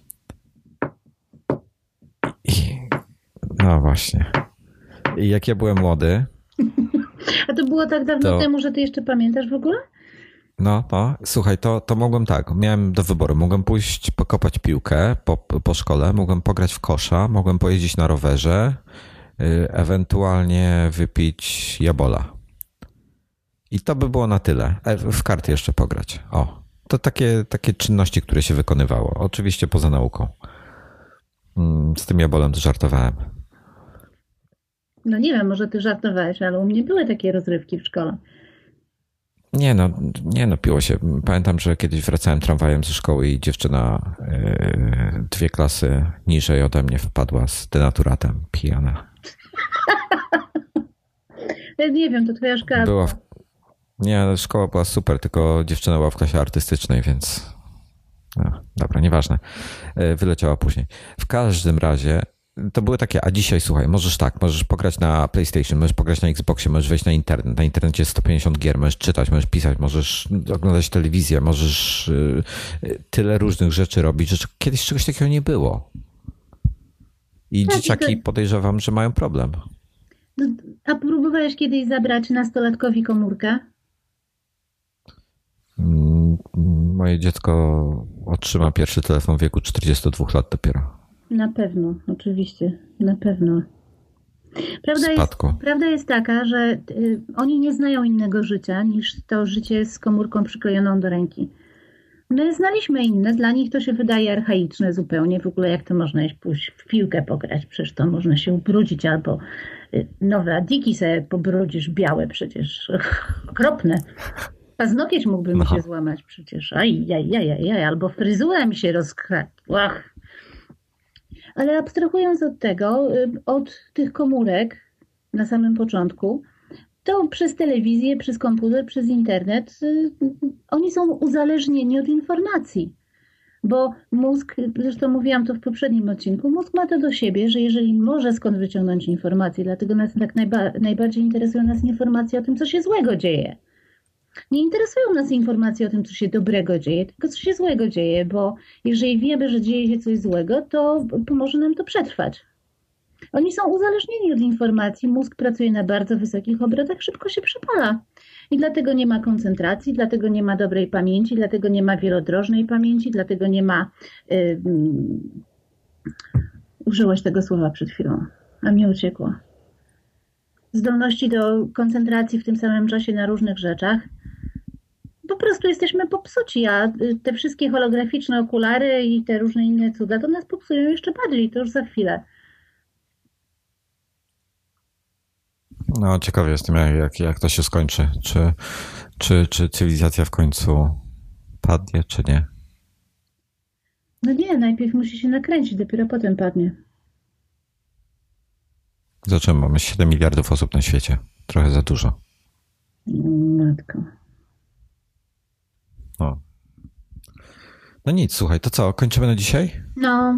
No właśnie. I jak ja byłem młody... A to było tak dawno temu, że ty jeszcze pamiętasz w ogóle? No. Słuchaj, to mogłem tak. Miałem do wyboru. Mogłem pójść pokopać piłkę po szkole, mogłem pograć w kosza, mogłem pojeździć na rowerze, ewentualnie wypić jabola. I to by było na tyle. W karty jeszcze pograć. To takie czynności, które się wykonywało. Oczywiście poza nauką. Z tym jabolem to żartowałem. No nie wiem, może ty żartowałeś, ale u mnie były takie rozrywki w szkole. Nie no, piło się. Pamiętam, że kiedyś wracałem tramwajem ze szkoły i dziewczyna 2 klasy niżej ode mnie wpadła z denaturatem, pijana. Nie wiem, to twoja szkoła. Nie, szkoła była super, tylko dziewczyna była w klasie artystycznej, więc... No, dobra, nieważne. Wyleciała później. W każdym razie to były takie, a dzisiaj słuchaj, możesz pograć na PlayStation, możesz pograć na Xboxie, możesz wejść na internet. Na internecie jest 150 gier, możesz czytać, możesz pisać, możesz oglądać telewizję, możesz tyle różnych rzeczy robić, że kiedyś czegoś takiego nie było. I tak, dzieciaki podejrzewam, że mają problem. A próbowałeś kiedyś zabrać nastolatkowi komórkę? Moje dziecko otrzyma pierwszy telefon w wieku 42 lat dopiero. Na pewno, oczywiście, na pewno. Prawda jest taka, że oni nie znają innego życia niż to życie z komórką przyklejoną do ręki. My znaliśmy inne, dla nich to się wydaje archaiczne zupełnie. W ogóle jak to można pójść w piłkę pograć, przecież to można się ubrudzić albo nowe adiki sobie pobrudzisz, białe przecież, okropne. Paznokieć mógłby mi się złamać przecież, albo fryzura mi się rozkradła. Ale abstrahując od tego, od tych komórek na samym początku, to przez telewizję, przez komputer, przez internet, oni są uzależnieni od informacji. Bo mózg, zresztą mówiłam to w poprzednim odcinku, mózg ma to do siebie, że jeżeli może skąd wyciągnąć informacje, dlatego nas tak najbardziej interesują nas informacje o tym, co się złego dzieje. Nie interesują nas informacje o tym, co się dobrego dzieje, tylko co się złego dzieje, bo jeżeli wiemy, że dzieje się coś złego, to pomoże nam to przetrwać. Oni są uzależnieni od informacji, mózg pracuje na bardzo wysokich obrotach, szybko się przepala. I dlatego nie ma koncentracji, dlatego nie ma dobrej pamięci, dlatego nie ma wielodrożnej pamięci, dlatego nie ma... Użyłeś tego słowa przed chwilą, a mi uciekło. Zdolności do koncentracji w tym samym czasie na różnych rzeczach. Po prostu jesteśmy popsuci, a te wszystkie holograficzne okulary i te różne inne cuda to nas popsują jeszcze bardziej, to już za chwilę. No, ciekawy jestem, jak to się skończy. Czy cywilizacja w końcu padnie, czy nie? No nie, najpierw musi się nakręcić, dopiero potem padnie. Zaczęmy, mamy 7 miliardów osób na świecie. Trochę za dużo. Matko. No nic, słuchaj, to co, kończymy na dzisiaj? No.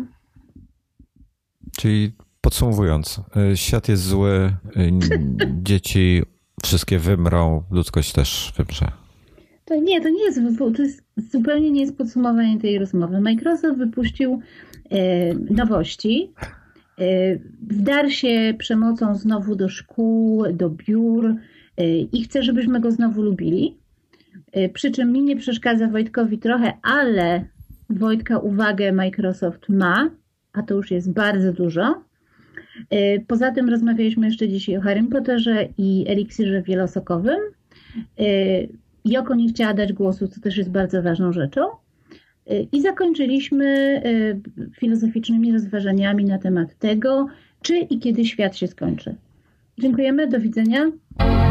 Czyli podsumowując, świat jest zły, dzieci wszystkie wymrą, ludzkość też wymrze. To nie jest, to jest zupełnie nie jest podsumowanie tej rozmowy. Microsoft wypuścił nowości, wdarł się przemocą znowu do szkół, do biur i chce, żebyśmy go znowu lubili. Przy czym mi nie przeszkadza Wojtkowi trochę, ale Wojtka uwagę Microsoft ma, a to już jest bardzo dużo. Poza tym rozmawialiśmy jeszcze dzisiaj o Harrym Potterze i eliksirze wielosokowym. Joko nie chciała dać głosu, co też jest bardzo ważną rzeczą. I zakończyliśmy filozoficznymi rozważaniami na temat tego, czy i kiedy świat się skończy. Dziękujemy, do widzenia.